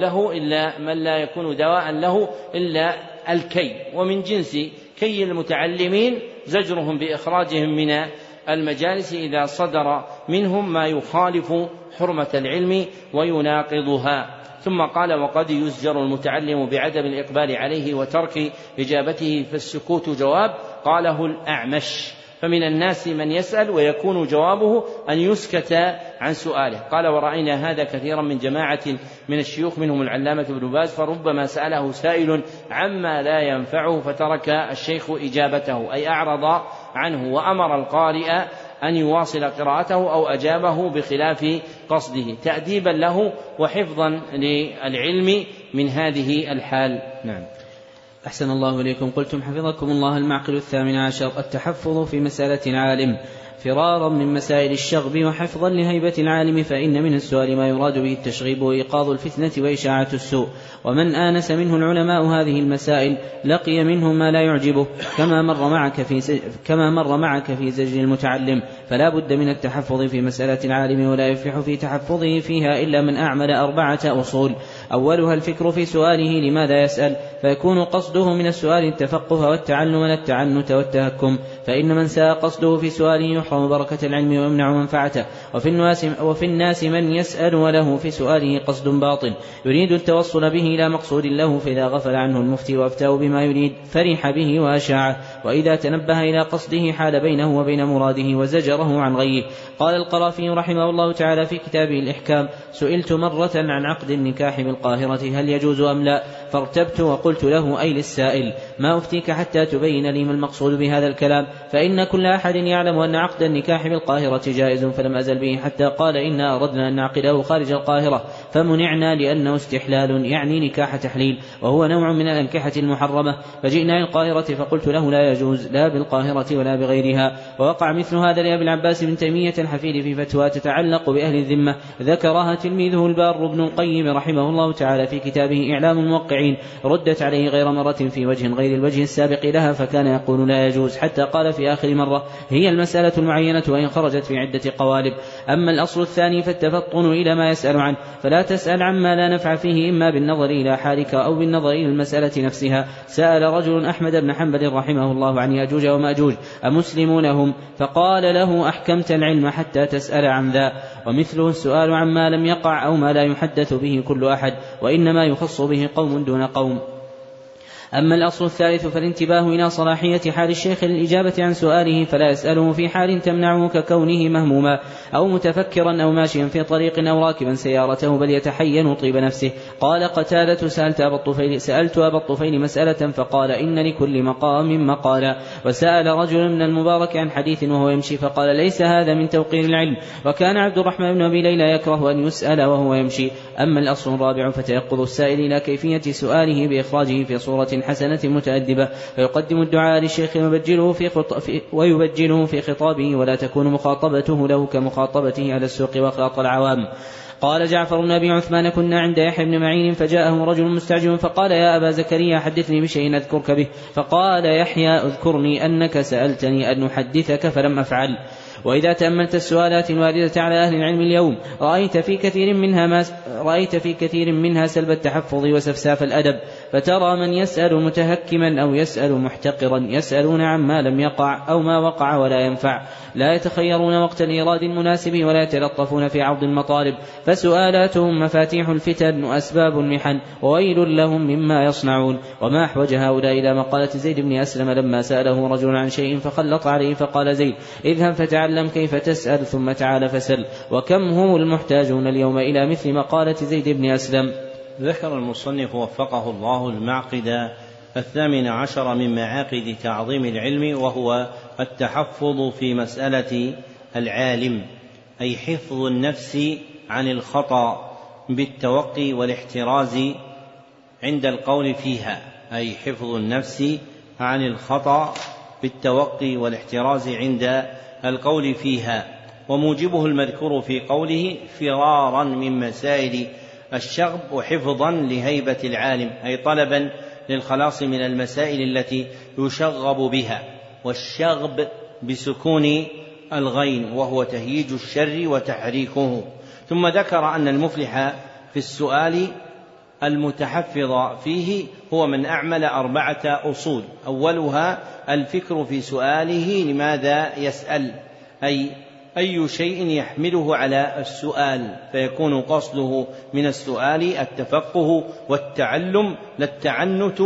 له إلا الكي، ومن جنس كي المتعلمين زجرهم بإخراجهم من المجالس إذا صدر منهم ما يخالف حرمة العلم ويناقضها. ثم قال: وقد يزجر المتعلم بعدم الإقبال عليه وترك إجابته فالسكوت جواب، قاله الأعمش. فمن الناس من يسأل ويكون جوابه أن يسكت عن سؤاله. قال: ورأينا هذا كثيرا من جماعة من الشيوخ منهم العلامة ابن باز، فربما سأله سائل عما لا ينفعه فترك الشيخ إجابته، أي أعرض عنه وأمر القارئ أن يواصل قراءته أو أجابه بخلاف قصده تأديبا له وحفظا للعلم من هذه الحال. نعم. أحسن الله إليكم. قلتم حفظكم الله: المعقل 18 التحفظ في مسألة العالم فرارا من مسائل الشغب وحفظا لهيبة العالم، فإن من السؤال ما يراد به التشغيب وإيقاظ الفتنة وإشاعة السوء، ومن آنس منه العلماء هذه المسائل لقي منهم ما لا يعجبه، كما مر معك في زجر المتعلم. فلا بد من التحفظ في مسألة العالم، ولا يفلح في تحفظه فيها إلا من أعمل 4 أصول: أولها الفكر في سؤاله لماذا يسأل، فيكون قصده من السؤال التفقه والتعلم لا التعنت والتهكم، فإن من ساء قصده في سؤاله يحرم بركة العلم ويمنع منفعته. وفي الناس من يسأل وله في سؤاله قصد باطل يريد التوصل به إلى مقصود له، فإذا غفل عنه المفتي وأفتاه بما يريد فرح به وأشاعه، وإذا تنبه إلى قصده حال بينه وبين مراده وزجره عن غيه. قال القرافي رحمه الله تعالى في كتابه الإحكام: سئلت مرة عن عقد النكاح بالقاهرة هل يجوز أم لا، فارتبت وقلت له: أي للسائل، ما أفتيك حتى تبين لي ما المقصود بهذا الكلام، فإن كل أحد يعلم أن عقد النكاح بالقاهرة جائز، فلم أزل به حتى قال: إنا أردنا أن نعقده خارج القاهرة فمنعنا لأنه استحلال يعني نكاح تحليل، وهو نوع من الأنكحة المحرمة، فجئنا إلى القاهرة فقلت له: لا يجوز لا بالقاهرة ولا بغيرها. ووقع مثل هذا لأبي العباس بن تيمية الحفيد في فتوى تتعلق بأهل الذمة ذكرها تلميذه البار ابن القيم رحمه الله تعالى في كتابه إعلام الموقعين، ردت عليه غير مرة في وجه غير الوجه السابق لها، فكان يقول لا يجوز حتى قال في آخر مرة: هي المسألة المعينة وإن خرجت في عدة قوالب. أما الأصل الثاني فالتفطن إلى ما يسأل عنه، فلا تسأل عما لا نفع فيه إما بالنظر إلى حالك أو بالنظر إلى المسألة نفسها. سأل رجل أحمد بن حنبل رحمه الله عن يأجوج ومأجوج أمسلمون هم، فقال له: أحكمت العلم حتى تسأل عن ذا. ومثله السؤال عما لم يقع أو ما لا يحدث به كل أحد، وإنما يخص به قوم دون قوم. أما الأصل الثالث فالانتباه إلى صلاحية حال الشيخ للإجابة عن سؤاله، فلا يسأله في حال تمنعه ككونه مهموما أو متفكرا أو ماشيا في طريق أو راكبا سيارته، بل يتحين طيب نفسه. قال قتادة: سألت أبا الطفيل مسألة فقال: إن لكل مقام مقالا. وسأل رجل من المبارك عن حديث وهو يمشي فقال: ليس هذا من توقير العلم. وكان عبد الرحمن بن أبي ليلى يكره أن يسأل وهو يمشي. أما الأصل الرابع فتيقظ السائل إلى كيفية سؤاله بإخراجه في صورة حسنة متأدبة، فيقدم الدعاء للشيخ ويبجله في خطابه، ولا تكون مخاطبته له كمخاطبته على السوق وخلاط العوام. قال جعفر بن أبي عثمان: كنا عند يحيى بن معين فجاءه رجل مستعجل فقال: يا أبا زكريا حدثني بشيء أذكرك به. فقال يحيى: اذكرني أنك سألتني أن أحدثك فلم أفعل. وإذا تأملت السؤالات الواردة على أهل العلم اليوم رأيت في كثير منها سلب التحفظ وسفساف الأدب، فترى من يسأل متهكما أو يسأل محتقرا، يسألون عما لم يقع أو ما وقع ولا ينفع، لا يتخيرون وقت الإيراد المناسب ولا يتلطفون في عرض المطالب، فسؤالاتهم مفاتيح الفتن وأسباب المحن، وويل لهم مما يصنعون. وما أحوج هؤلاء إلى مقالة زيد بن أسلم لما سأله رجل عن شيء فخلط عليه فقال زيد: اذهب فتعلم كيف تسأل ثم تعال فسل. وكم هم المحتاجون اليوم إلى مثل مقالة زيد بن أسلم. ذكر المصنف وفقه الله المعقد 18 من معاقد تعظيم العلم، وهو التحفظ في مسألة العالم، أي حفظ النفس عن الخطأ بالتوقي والاحتراز عند القول فيها، أي حفظ النفس عن الخطأ بالتوقي والاحتراز عند القول فيها. وموجبه المذكور في قوله: فرارا من مسائل الشغب وحفظا لهيبة العالم، أي طلبا للخلاص من المسائل التي يشغب بها، والشغب بسكون الغين وهو تهييج الشر وتحريكه. ثم ذكر أن المفلح في السؤال المتحفظ فيه هو من أعمل 4 أصول: أولها الفكر في سؤاله لماذا يسأل، أي شيء يحمله على السؤال، فيكون قصده من السؤال التفقه والتعلم لا التعنت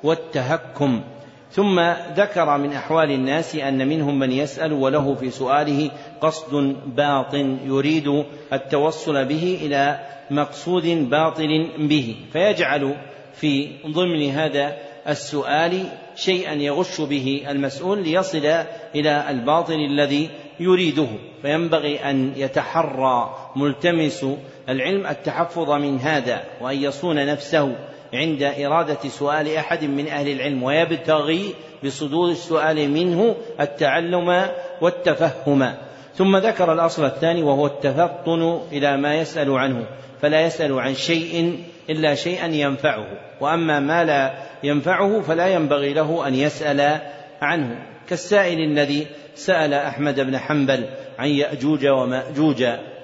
والتهكم. ثم ذكر من أحوال الناس أن منهم من يسأل وله في سؤاله قصد باطن يريد التوصل به إلى مقصود باطل به، فيجعل في ضمن هذا السؤال شيئا يغش به المسؤول ليصل إلى الباطل الذي يريده. فينبغي أن يتحرى ملتمس العلم التحفظ من هذا، وأن يصون نفسه عند إرادة سؤال أحد من أهل العلم، ويبتغي بصدور السؤال منه التعلم والتفهم. ثم ذكر الأصل الثاني وهو التفطن إلى ما يسأل عنه، فلا يسأل عن شيء إلا شيئا ينفعه، وأما ما لا ينفعه فلا ينبغي له أن يسأل عنه، كالسائل الذي سأل أحمد بن حنبل عن يأجوج ومأجوج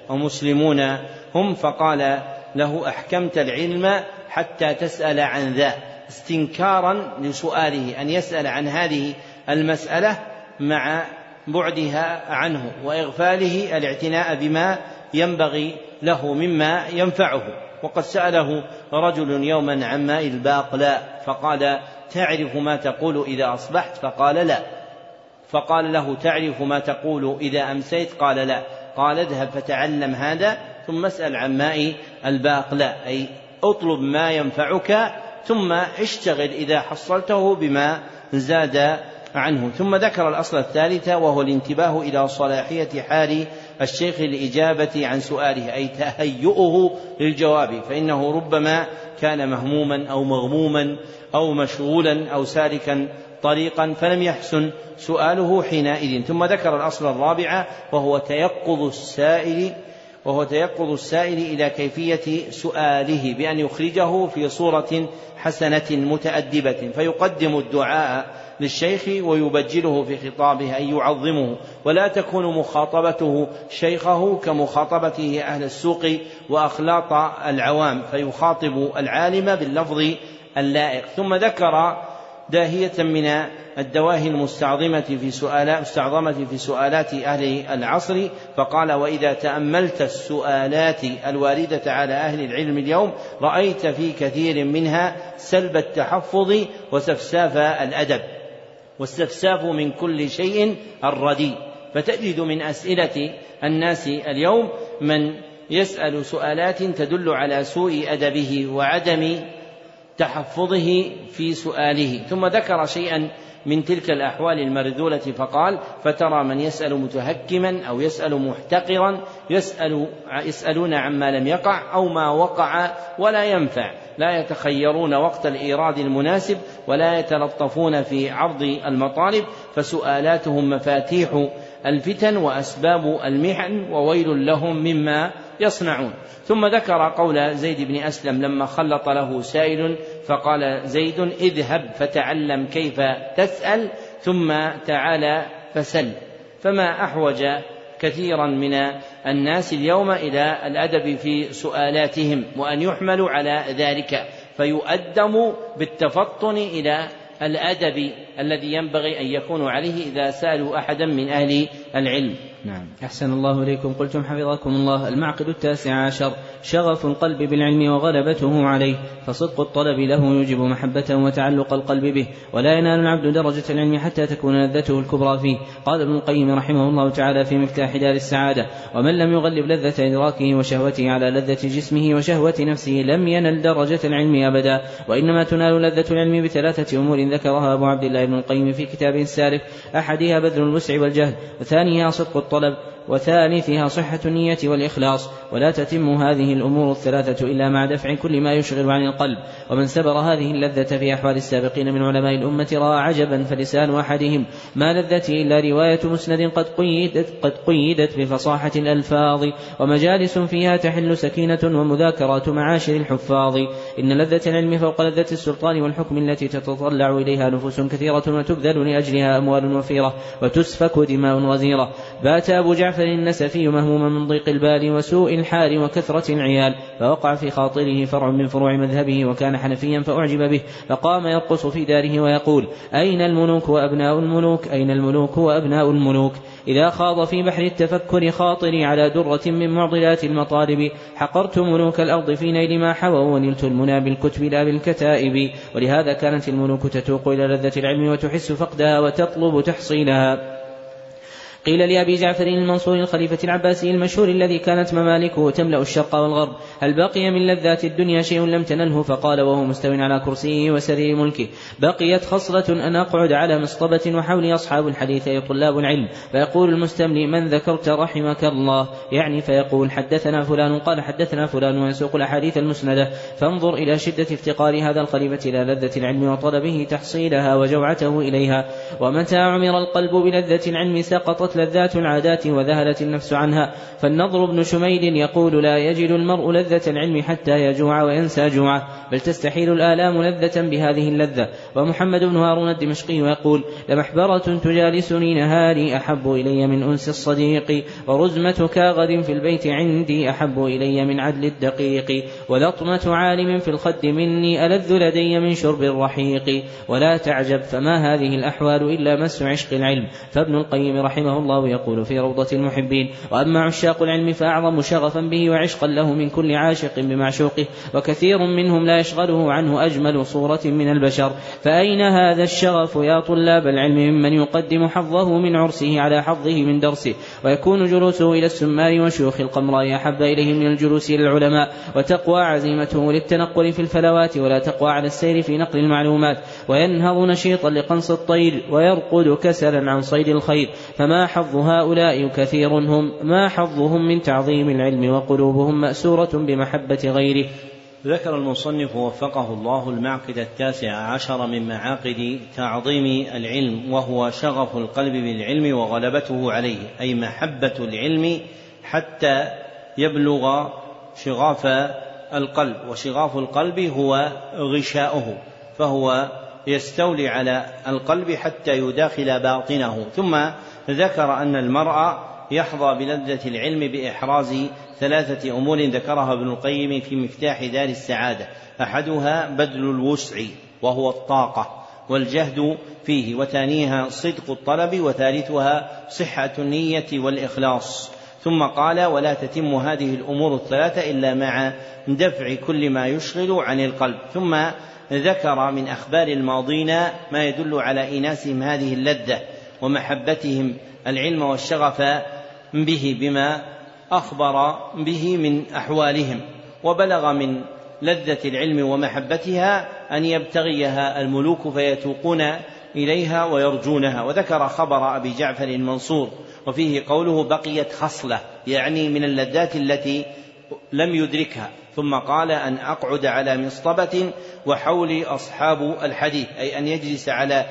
ومسلمون هم، فقال له: أحكمت العلم حتى تسأل عن ذا، استنكارا لسؤاله أن يسأل عن هذه المسألة مع بعدها عنه وإغفاله الاعتناء بما ينبغي له مما ينفعه. وقد سأله رجل يوما عن ماء الباقلاء فقال: تعرف ما تقول إذا أصبحت؟ فقال: لا. فقال له: تعرف ما تقول إذا أمسيت؟ قال: لا. قال: اذهب فتعلم هذا ثم اسأل عن ماء الباقلاء، أي اطلب ما ينفعك ثم اشتغل إذا حصلته بما زاد عنه. ثم ذكر الأصل الثالث وهو الانتباه إلى صلاحية حال الشيخ للإجابة عن سؤاله، أي تهيئه للجواب، فإنه ربما كان مهموما أو مغموما أو مشغولا أو سالكا طريقا فلم يحسن سؤاله حينئذ. ثم ذكر الأصل الرابع وهو تيقظ السائل إلى كيفية سؤاله بأن يخرجه في صورة حسنة متأدبة، فيقدم الدعاء للشيخ ويبجله في خطابه أي يعظمه، ولا تكون مخاطبته شيخه كمخاطبته أهل السوق وأخلاط العوام، فيخاطب العالم باللفظ اللائق. ثم ذكر داهية من الدواهي المستعظمة في سؤالات أهل العصر، فقال: وإذا تأملت السؤالات الواردة على أهل العلم اليوم رأيت في كثير منها سلب التحفظ وسفساف الأدب، والسفساف من كل شيء الرديء. فتجد من أسئلة الناس اليوم من يسأل سؤالات تدل على سوء أدبه وعدم تحفظه في سؤاله. ثم ذكر شيئا من تلك الأحوال المرذولة فقال: فترى من يسأل متهكما أو يسأل محتقرا، يسألون عما لم يقع أو ما وقع ولا ينفع، لا يتخيرون وقت الإيراد المناسب ولا يتلطفون في عرض المطالب، فسؤالاتهم مفاتيح الفتن وأسباب المحن، وويل لهم مما يصنعون. ثم ذكر قول زيد بن أسلم لما خلط له سائل فقال زيد: اذهب فتعلم كيف تسأل ثم تعالى فسل. فما أحوج كثيرا من الناس اليوم إلى الأدب في سؤالاتهم، وأن يحملوا على ذلك فيؤدموا بالتفطن إلى الأدب الذي ينبغي أن يكونوا عليه إذا سألوا أحدا من أهل العلم. نعم. أحسن الله إليكم. قلتم حفظكم الله: المعقد 19 شغف القلب بالعلم وغلبته عليه، فصدق الطلب له يوجب محبته وتعلق القلب به، ولا ينال العبد درجة العلم حتى تكون لذته الكبرى فيه. قال ابن القيم رحمه الله تعالى في مفتاح دار السعادة: ومن لم يغلب لذة إدراكه وشهوته على لذة جسمه وشهوة نفسه لم ينل درجة العلم أبدا، وإنما تنال لذة العلم بثلاثة أمور ذكرها أبو عبد الله ابن القيم في كتابه السالف: أحدها بذل الوسع والجهد، وثانيها صدق الطلب، وثالثها صحة النية والإخلاص. ولا تتم هذه الأمور الثلاثة إلا مع دفع كل ما يشغل عن القلب. ومن سبر هذه اللذة في أحوال السابقين من علماء الأمة رأى عجبا، فلسان أحدهم ما لذته إلا رواية مسند قد قيدت بفصاحة الألفاظ، ومجالس فيها تحل سكينة ومذاكرات معاشر الحفاظ. إن لذة العلم فوق لذة السلطان والحكم التي تتطلع إليها نفوس كثيرة وتبذل لأجلها أموال وفيرة وتسفك دماء غزيرة. بات أبو جعفر النسفي مهموما من ضيق البال وسوء الحال وكثرة العيال، فوقع في خاطره فرع من فروع مذهبه، وكان حنفيا فأعجب به، فقام يرقص في داره ويقول: أين الملوك وأبناء الملوك؟ أين الملوك وأبناء الملوك؟ إذا خاض في بحر التفكر خاطري على درة من معضلات المطالب، حقرت ملوك الأرض في نيل ما حووا، ونلت المنى بالكتب لا بالكتائب. ولهذا كانت الملوك تتوق إلى لذة العلم وتحس فقدها وتطلب تحصيلها. قيل لأبي جعفر المنصور الخليفة العباسي المشهور الذي كانت ممالكه تملأ الشرق والغرب: هل بقي من لذات الدنيا شيء لم تنله؟ فقال وهو مستو على كرسيه وسرير ملكه: بقيت خصلة أن أقعد على مصطبة وحولي أصحاب الحديث أي طلاب العلم، فيقول المستملي: من ذكرت رحمك الله؟ يعني فيقول: حدثنا فلان قال حدثنا فلان، ويسوق الأحاديث المسندة. فانظر إلى شدة افتقار هذا الخليفة إلى لذة العلم وطلبه تحصيلها وجوعته إليها. ومتى عمر القلب بلذة العلم سقطت لذات العادات وذهلت النفس عنها. فالنضر بن شميل يقول: لا يجد المرء لذة العلم حتى يجوع وينسى جوعه، بل تستحيل الآلام لذة بهذه اللذة. ومحمد بن هارون الدمشقي يقول: لمحبرة تجالسني نهاري أحب إلي من أنس الصديق، ورزمة كاغد في البيت عندي أحب إلي من عدل الدقيق، ولطمة عالم في الخد مني ألذ لدي من شرب الرحيق. ولا تعجب، فما هذه الأحوال إلا مس عشق العلم. فابن القيم رحمه الله يقول في روضة المحبين: وأما عشاق العلم فأعظم شغفا به وعشقا له من كل عاشق بمعشوقه، وكثير منهم لا يشغله عنه أجمل صورة من البشر. فأين هذا الشغف يا طلاب العلم ممن يقدم حظه من عرسه على حظه من درسه، ويكون جلوسه إلى السمار وشيوخ القمراء أحب إليه من الجلوس إلى العلماء، وتقوى عزيمته للتنقل في الفلوات ولا تقوى على السير في نقل المعلومات، وينهض نشيطا لقنص الطير ويرقد كسلا عن صيد الخير. فما حظ هؤلاء كثير هم، ما حظهم من تعظيم العلم وقلوبهم مأسورة بمحبة غيره. ذكر المصنف وفقه الله المعقد 19 من معاقد تعظيم العلم، وهو شغف القلب بالعلم وغلبته عليه، أي محبة العلم حتى يبلغ شغاف القلب. وشغاف القلب هو غشاؤه، فهو يستولي على القلب حتى يداخل باطنه. ثم ذكر أن المرء يحظى بلذة العلم بإحراز 3 أمور ذكرها ابن القيم في مفتاح دار السعادة: أحدها بذل الوسع وهو الطاقة، والجهد فيه، وثانيها صدق الطلب، وثالثها صحة النية والإخلاص. ثم قال: ولا تتم هذه الأمور الثلاثة إلا مع دفع كل ما يشغل عن القلب. ثم ذكر من أخبار الماضين ما يدل على إيناسهم هذه اللذة ومحبتهم العلم والشغف به بما أخبر به من أحوالهم، وبلغ من لذة العلم ومحبتها أن يبتغيها الملوك فيتوقون إليها ويرجونها. وذكر خبر أبي جعفر المنصور وفيه قوله: بقيت خصلة، يعني من اللذات التي لم يدركها. ثم قال: أن أقعد على مصطبة وحولي أصحاب الحديث، أي أن يجلس على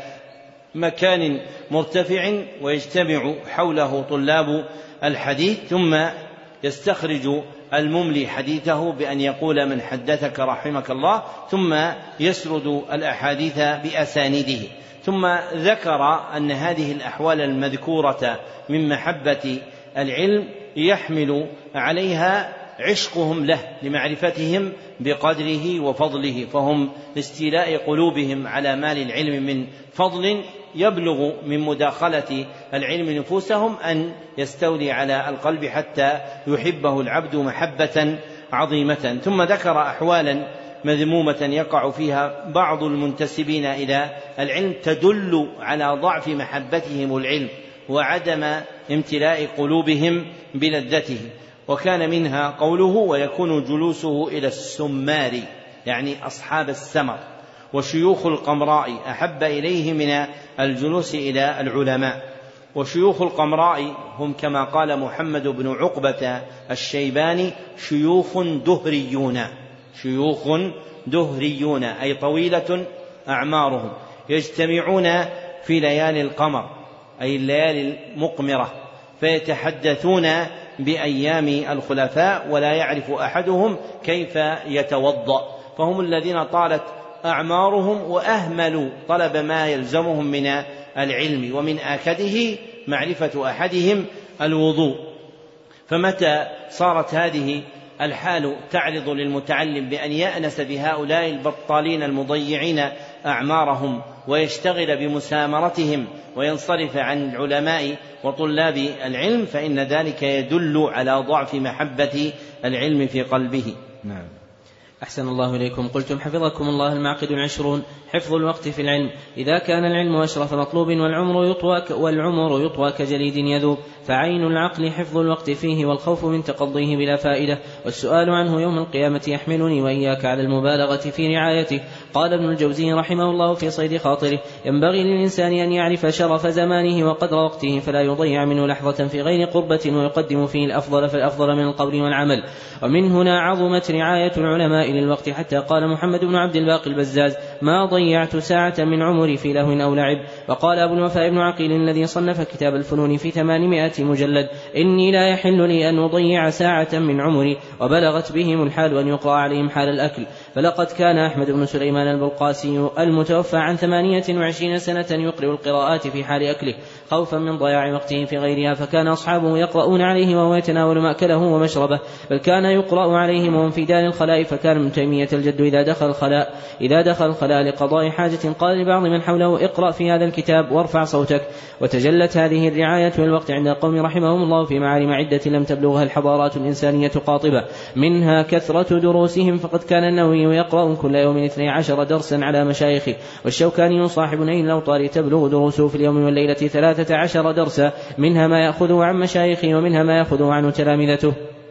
مكان مرتفع ويجتمع حوله طلاب الحديث، ثم يستخرج المملي حديثه بأن يقول: من حدثك رحمك الله، ثم يسرد الأحاديث بأسانيده. ثم ذكر أن هذه الأحوال المذكورة من محبة العلم يحمل عليها عشقهم له لمعرفتهم بقدره وفضله، فهم لاستيلاء قلوبهم على مال العلم من فضل يبلغ من مداخلة العلم نفوسهم أن يستولي على القلب حتى يحبه العبد محبة عظيمة. ثم ذكر أحوالا مذمومة يقع فيها بعض المنتسبين إلى العلم تدل على ضعف محبتهم العلم وعدم امتلاء قلوبهم بلذته، وكان منها قوله: ويكون جلوسه إلى السمار، يعني أصحاب السمر، وشيوخ القمراء أحب إليه من الجلوس إلى العلماء. وشيوخ القمراء هم كما قال محمد بن عقبة الشيباني: شيوخ دهريون، شيوخ دهريون أي طويلة أعمارهم، يجتمعون في ليالي القمر أي الليالي المقمرة، فيتحدثون بأيام الخلفاء ولا يعرف أحدهم كيف يتوضأ، فهم الذين طالت أعمارهم وأهملوا طلب ما يلزمهم من العلم، ومن آكده معرفة أحدهم الوضوء. فمتى صارت هذه الحال تعرض للمتعلم بأن يأنس بهؤلاء البطالين المضيعين أعمارهم ويشتغل بمسامرتهم وينصرف عن العلماء وطلاب العلم، فإن ذلك يدل على ضعف محبة العلم في قلبه. نعم. أحسن الله إليكم. قلتم حفظكم الله: المعقد 20 حفظ الوقت في العلم. إذا كان العلم أشرف مطلوب والعمر يطوى كجليد يذوب، فعين العقل حفظ الوقت فيه، والخوف من تقضيه بلا فائدة، والسؤال عنه يوم القيامة يحملني وإياك على المبالغة في رعايته. قال ابن الجوزي رحمه الله في صيد خاطره: ينبغي للإنسان أن يعرف شرف زمانه وقدر وقته، فلا يضيع منه لحظة في غير قربة، ويقدم فيه الأفضل فالأفضل من القول والعمل. ومن هنا عظمت رعاية العلماء للوقت، حتى قال محمد بن عبد الباقي البزاز: ما ضيعت ساعة من عمري في لهو أو لعب. وقال أبو الوفاء بن عقيل الذي صنف كتاب الفنون في 800 مجلد: إني لا يحل لي أن أضيع ساعة من عمري، وبلغت بهم الحال أن يقرأ عليهم حال الأكل. فلقد كان أحمد بن سليمان البلقاسي المتوفى عن 28 سنة يقرأ القراءات في حال أكله خوفا من ضياع وقته في غيرها، فكان أصحابه يقرؤون عليه وهو يتناول مأكله ومشربه، بل كان يقرأ عليهم وهم في دار الخلاء. فكان ابن تيمية الجد إذا دخل الخلاء لقضاء حاجة قال لبعض من حوله: اقرأ في هذا الكتاب وارفع صوتك. وتجلت هذه الرعاية والوقت عند القوم رحمهم الله في معالم عدة لم تبلغها الحضارات الإنسانية قاطبة، منها كثرة دروسهم، فقد كان النووي يقرأ كل يوم 12 درسا على مشايخه، والشوكاني صاحب نيل الأوطار تبلغ دروسه في اليوم والليلة 13 درسا، منها ما يأخذه عن مشايخه ومنها ما يأخذه عنه تلامذته.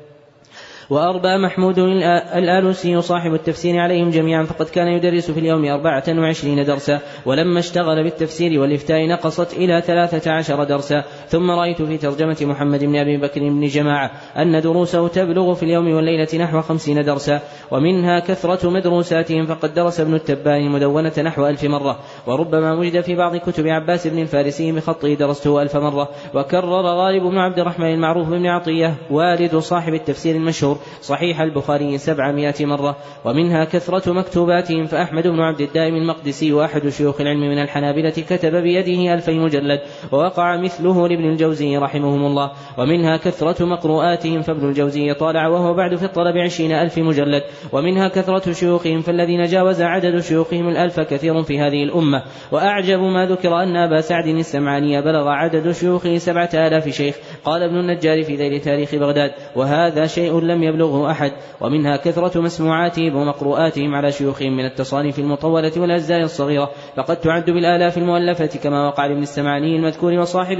وأربى محمود الآلوسي صاحب التفسير عليهم جميعا، فقد كان يدرس في اليوم 24 درسا، ولما اشتغل بالتفسير والإفتاء نقصت إلى 13 درسا. ثم رأيت في ترجمة محمد بن أبي بكر بن جماعة أن دروسه تبلغ في اليوم والليلة نحو 50 درسا، ومنها كثرة مدروساتهم، فقد درس ابن التباني المدونة نحو 1000 مرة، وربما وجد في بعض كتب عباس بن الفارسي بخطه درسته 1000 مرة. وكرر غالب بن عبد الرحمن المعروف بن عطية والد صاحب التفسير المشهور المشهور صحيح البخاري 700 مرة. ومنها كثرة مكتوباتهم، فأحمد بن عبد الدائم المقدسي وأحد شيوخ العلم من الحنابلة كتب بيده 2000 مجلد، ووقع مثله لابن الجوزي رحمهم الله. ومنها كثرة مقروءاتهم، فابن الجوزي طالع وهو بعد في الطلب 20,000 مجلد. ومنها كثرة شيوخهم، فالذين جاوز عدد شيوخهم 1000 كثير في هذه الأمة. وأعجب ما ذكر أن أبا سعد السمعاني بلغ عدد شيوخه 7000 شيخ، قال ابن النجار في ذيل تاريخ بغداد، وهذا شيء لم يبلغه أحد. ومنها كثرة مسموعاتهم ومقروءاتهم على شيوخهم من التصانيف المطولة والأجزاء الصغيرة، فقد تعد بالآلاف المؤلفة، كما وقع لابن السمعاني المذكور وصاحب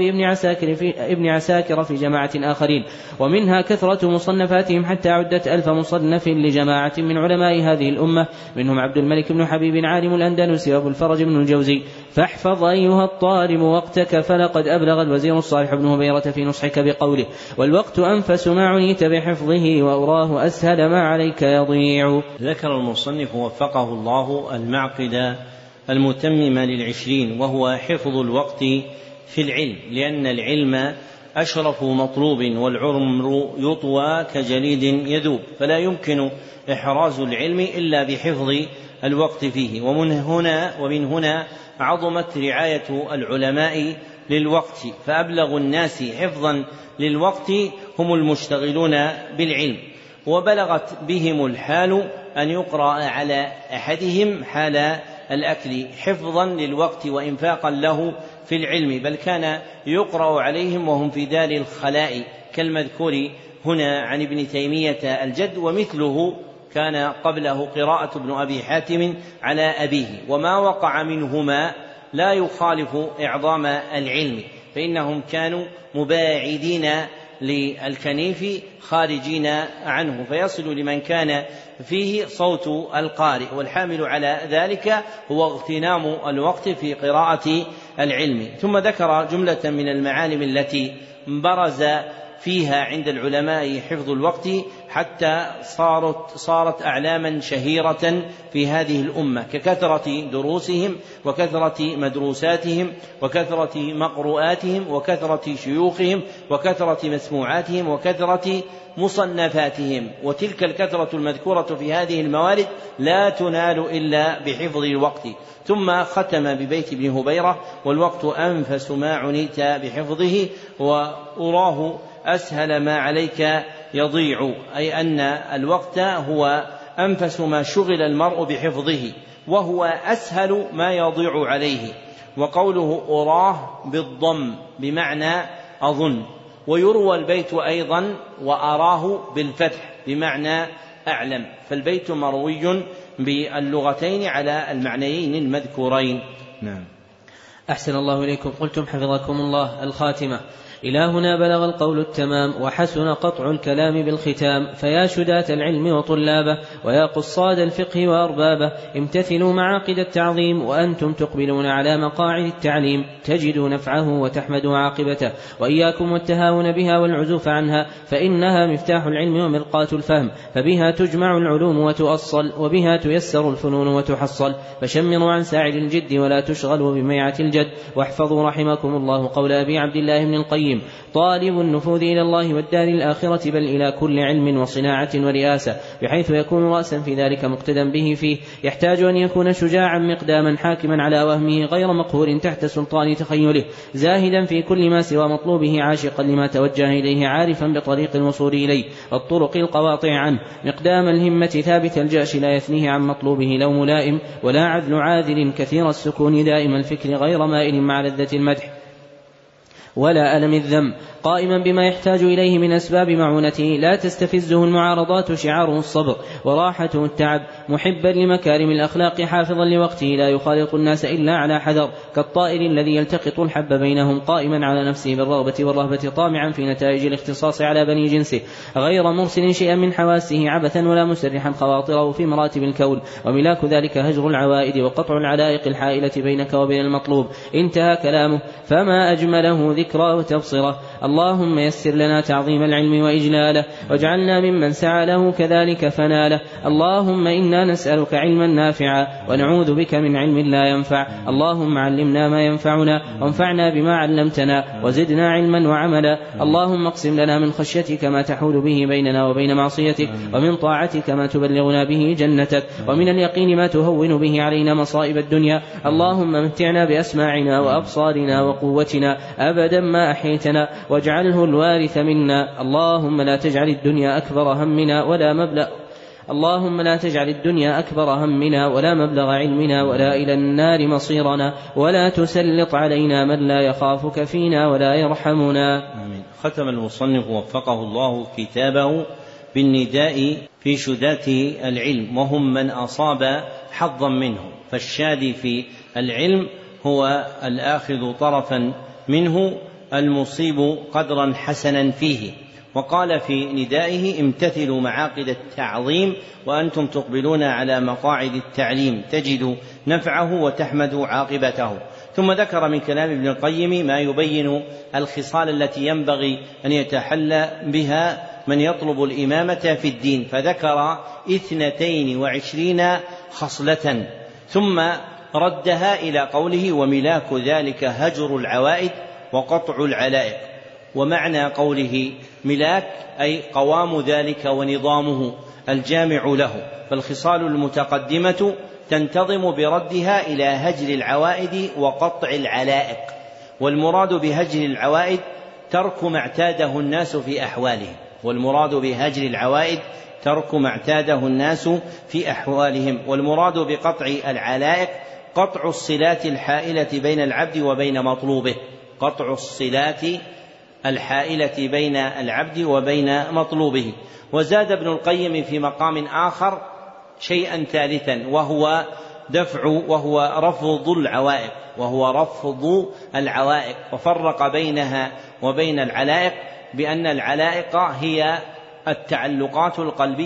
ابن عساكر في جماعة آخرين. ومنها كثرة مصنفاتهم، حتى عدت 1000 مصنف لجماعة من علماء هذه الأمة، منهم عبد الملك بن حبيب عالم الأندلسي وأبو الفرج بن الجوزي. فاحفظ أيها الطالب وقتك، فلقد أبلغ الوزير الصالح بن هبيرة في نصحك بقوله: والوقت أنفس ما عنيت بحفظه، وأراه أسهل ما عليك يضيع. ذكر المصنف وفقه الله المعقد المتمم لل20، وهو حفظ الوقت في العلم، لأن العلم أشرف مطلوب، والعمر يطوى كجليد يذوب، فلا يمكن إحراز العلم إلا بحفظ الوقت فيه. ومن هنا عظمت رعاية العلماء للوقت، فأبلغ الناس حفظا للوقت هم المشتغلون بالعلم. وبلغت بهم الحال أن يقرأ على أحدهم حال الأكل حفظا للوقت وإنفاقا له في العلم، بل كان يقرأ عليهم وهم في دار الخلاء، كالمذكور هنا عن ابن تيمية الجد. ومثله كان قبله قراءة ابن أبي حاتم على أبيه. وما وقع منهما لا يخالف إعظام العلم، فإنهم كانوا مباعدين للكنيف خارجين عنه، فيصل لمن كان فيه صوت القارئ، والحامل على ذلك هو اغتنام الوقت في قراءة العلم. ثم ذكر جملة من المعالم التي برز فيها عند العلماء حفظ الوقت، حتى صارت أعلاما شهيرة في هذه الأمة، ككثرة دروسهم وكثرة مدروساتهم وكثرة مقروءاتهم وكثرة شيوخهم وكثرة مسموعاتهم وكثرة مصنفاتهم. وتلك الكثرة المذكورة في هذه الموارد لا تنال إلا بحفظ الوقت. ثم ختم ببيت ابن هبيرة: والوقت أنفس ما عنيت بحفظه، وأراه أسهل ما عليك يضيع، أي أن الوقت هو أنفس ما شغل المرء بحفظه، وهو أسهل ما يضيع عليه. وقوله أراه بالضم بمعنى أظن. ويروى البيت أيضا وأراه بالفتح بمعنى أعلم، فالبيت مروي باللغتين على المعنيين المذكورين. نعم. أحسن الله إليكم. قلتم حفظكم الله الخاتمة. إلى هنا بلغ القول التمام، وحسن قطع الكلام بالختام. فيا شداة العلم وطلابه، ويا قصاد الفقه وأربابه، امتثلوا معاقد التعظيم، وأنتم تقبلون على مقاعد التعليم، تجدوا نفعه وتحمدوا عاقبته. وإياكم والتهاون بها والعزوف عنها، فإنها مفتاح العلم ومرقاة الفهم، فبها تجمع العلوم وتؤصل، وبها تيسر الفنون وتحصل. فشمروا عن ساعد الجد ولا تشغلوا بميعة الجد. واحفظوا رحمكم الله قول أبي عبد الله بن القيم: طالب النفوذ إلى الله والدار الآخرة، بل إلى كل علم وصناعة ورئاسة، بحيث يكون رأسا في ذلك مقتدى به فيه. يحتاج أن يكون شجاعا مقداما حاكما على وهمه، غير مقهور تحت سلطان تخيله، زاهدا في كل ما سوى مطلوبه، عاشقا لما توجه إليه، عارفا بطريق الوصول إليه والطرق القواطع عنه، مقدام الهمة ثابت الجأش، لا يثنيه عن مطلوبه لو ملائم، ولا عذل عاذل، كثير السكون دائم الفكر، غير مائل مع لذة المدح ولا ألم الذم، قائما بما يحتاج إليه من أسباب معونته، لا تستفزه المعارضات، شعاره الصبر وراحته التعب، محبا لمكارم الأخلاق، حافظا لوقته، لا يخالط الناس إلا على حذر، كالطائر الذي يلتقط الحب بينهم، قائما على نفسه بالرغبة والرهبة، طامعا في نتائج الاختصاص على بني جنسه، غير مرسل شيئا من حواسه عبثا، ولا مسرحا خواطره في مراتب الكون. وملاك ذلك هجر العوائد وقطع العلائق الحائلة بينك وبين المطلوب. انتهى كلامه. فما أجمله وذكرى وتبصرة. اللهم يسر لنا تعظيم العلم وإجلاله، واجعلنا ممن سعى له كذلك فناله. اللهم إنا نسألك علما نافعا ونعوذ بك من علم لا ينفع. اللهم علمنا ما ينفعنا وانفعنا بما علمتنا وزدنا علما وعملا. اللهم اقسم لنا من خشيتك ما تحول به بيننا وبين معصيتك، ومن طاعتك ما تبلغنا به جنتك، ومن اليقين ما تهون به علينا مصائب الدنيا. اللهم متعنا بأسماعنا وأبصارنا وقوتنا أبدا ما أحيتنا، واجعله الوارث منا. اللهم لا تجعل الدنيا أكبر همنا ولا مبلغ علمنا ولا إلى النار مصيرنا، ولا تسلط علينا من لا يخافك فينا ولا يرحمنا. آمين. ختم المصنف وفقه الله كتابه بالنداء في شداة العلم، وهم من أصاب حظا منه، فالشادي في العلم هو الآخذ طرفا منه المصيب قدرا حسنا فيه. وقال في ندائه: امتثلوا معاقد التعظيم وأنتم تقبلون على مقاعد التعليم، تجد نفعه وتحمد عاقبته. ثم ذكر من كلام ابن القيم ما يبين الخصال التي ينبغي أن يتحلى بها من يطلب الإمامة في الدين، فذكر 22 خصلة، ثم ردها إلى قوله: وملاك ذلك هجر العوائد وقطع العلائق. ومعنى قوله ملاك أي قوام ذلك ونظامه الجامع له، فالخصال المتقدمة تنتظم بردها إلى هجر العوائد وقطع العلائق. والمراد بهجر العوائد ترك ما اعتاده الناس في أحوالهم، والمراد بقطع العلائق قطع الصلات الحائلة بين العبد وبين مطلوبه. وزاد ابن القيم في مقام آخر شيئا ثالثا، وهو رفض العوائق، وفرق بينها وبين العلائق بأن العلائق هي التعلقات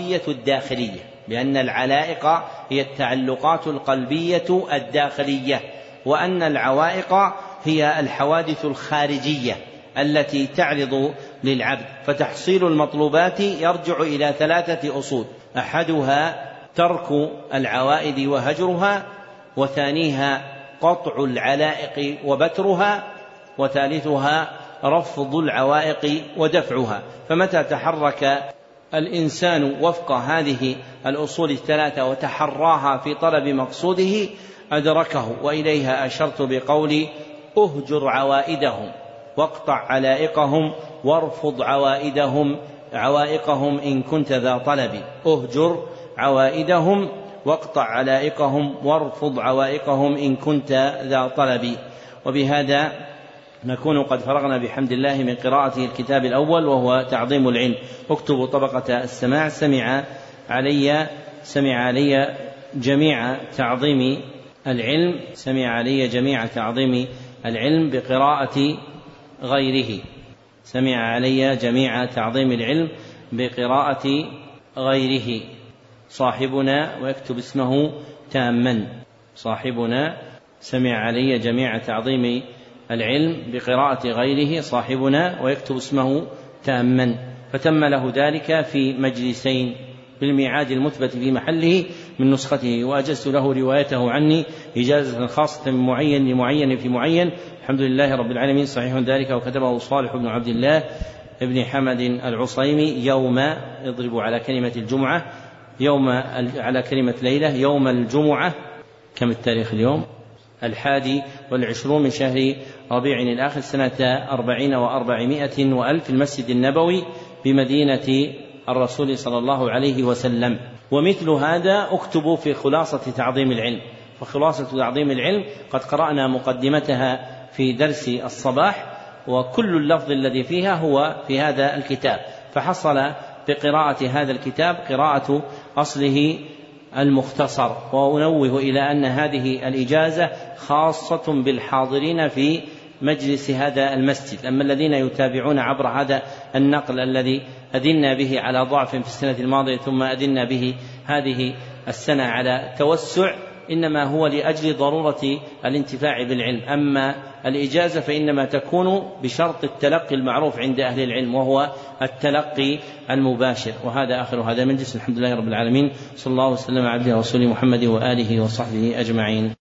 القلبية الداخلية، وأن العوائق هي الحوادث الخارجية التي تعرض للعبد. فتحصيل المطلوبات يرجع إلى 3 أصول: أحدها ترك العوائد وهجرها، وثانيها قطع العلائق وبترها، وثالثها رفض العوائق ودفعها. فمتى تحرك الإنسان وفق هذه الأصول 3 وتحراها في طلب مقصوده أدركه. وإليها أشرت بقولي: أهجر عوائدهم واقطع علائقهم وارفض عوائقهم إن كنت ذا طلب. أهجر عوائدهم واقطع علائقهم وارفض عوائقهم إن كنت ذا طلب. وبهذا نكون قد فرغنا بحمد الله من قراءة الكتاب الأول، وهو تعظيم العلم. اكتبوا طبقة السماع: سمع علي جميع تعظيم العلم بقراءة غيره. سمع علي جميع تعظيم العلم بقراءة غيره. صاحبنا ويكتب اسمه تاما. صاحبنا سمع علي جميع تعظيم العلم بقراءة غيره، صاحبنا ويكتب اسمه تاما. فتم له ذلك في مجلسين بالميعاد المثبت في محله من نسخته، وأجزت له روايته عني إجازة خاصة من معين لمعين في معين. الحمد لله رب العالمين. صحيح ذلك وكتبه صالح بن عبد الله ابن حمد العصيمي يوم يضرب على كلمة الجمعة على كلمة ليلة يوم الجمعة. كم التاريخ اليوم؟ 21 من شهر ربيع الآخر سنة 40 و400 وألف في المسجد النبوي بمدينة الرسول صلى الله عليه وسلم. ومثل هذا اكتبوا في خلاصة تعظيم العلم. فخلاصة تعظيم العلم قد قرأنا مقدمتها في درس الصباح، وكل اللفظ الذي فيها هو في هذا الكتاب. فحصل بقراءة هذا الكتاب قراءة أصله المختصر. وأنوه إلى أن هذه الإجازة خاصة بالحاضرين في مجلس هذا المسجد. أما الذين يتابعون عبر هذا النقل الذي أذنا به على ضعف في السنة الماضية ثم أذنا به هذه السنة على توسع، إنما هو لأجل ضرورة الانتفاع بالعلم. أما الإجازة فإنما تكون بشرط التلقي المعروف عند أهل العلم، وهو التلقي المباشر. وهذا آخر هذا المجلس. الحمد لله رب العالمين، صلى الله وسلم على عبده ورسوله محمد وآله وصحبه أجمعين.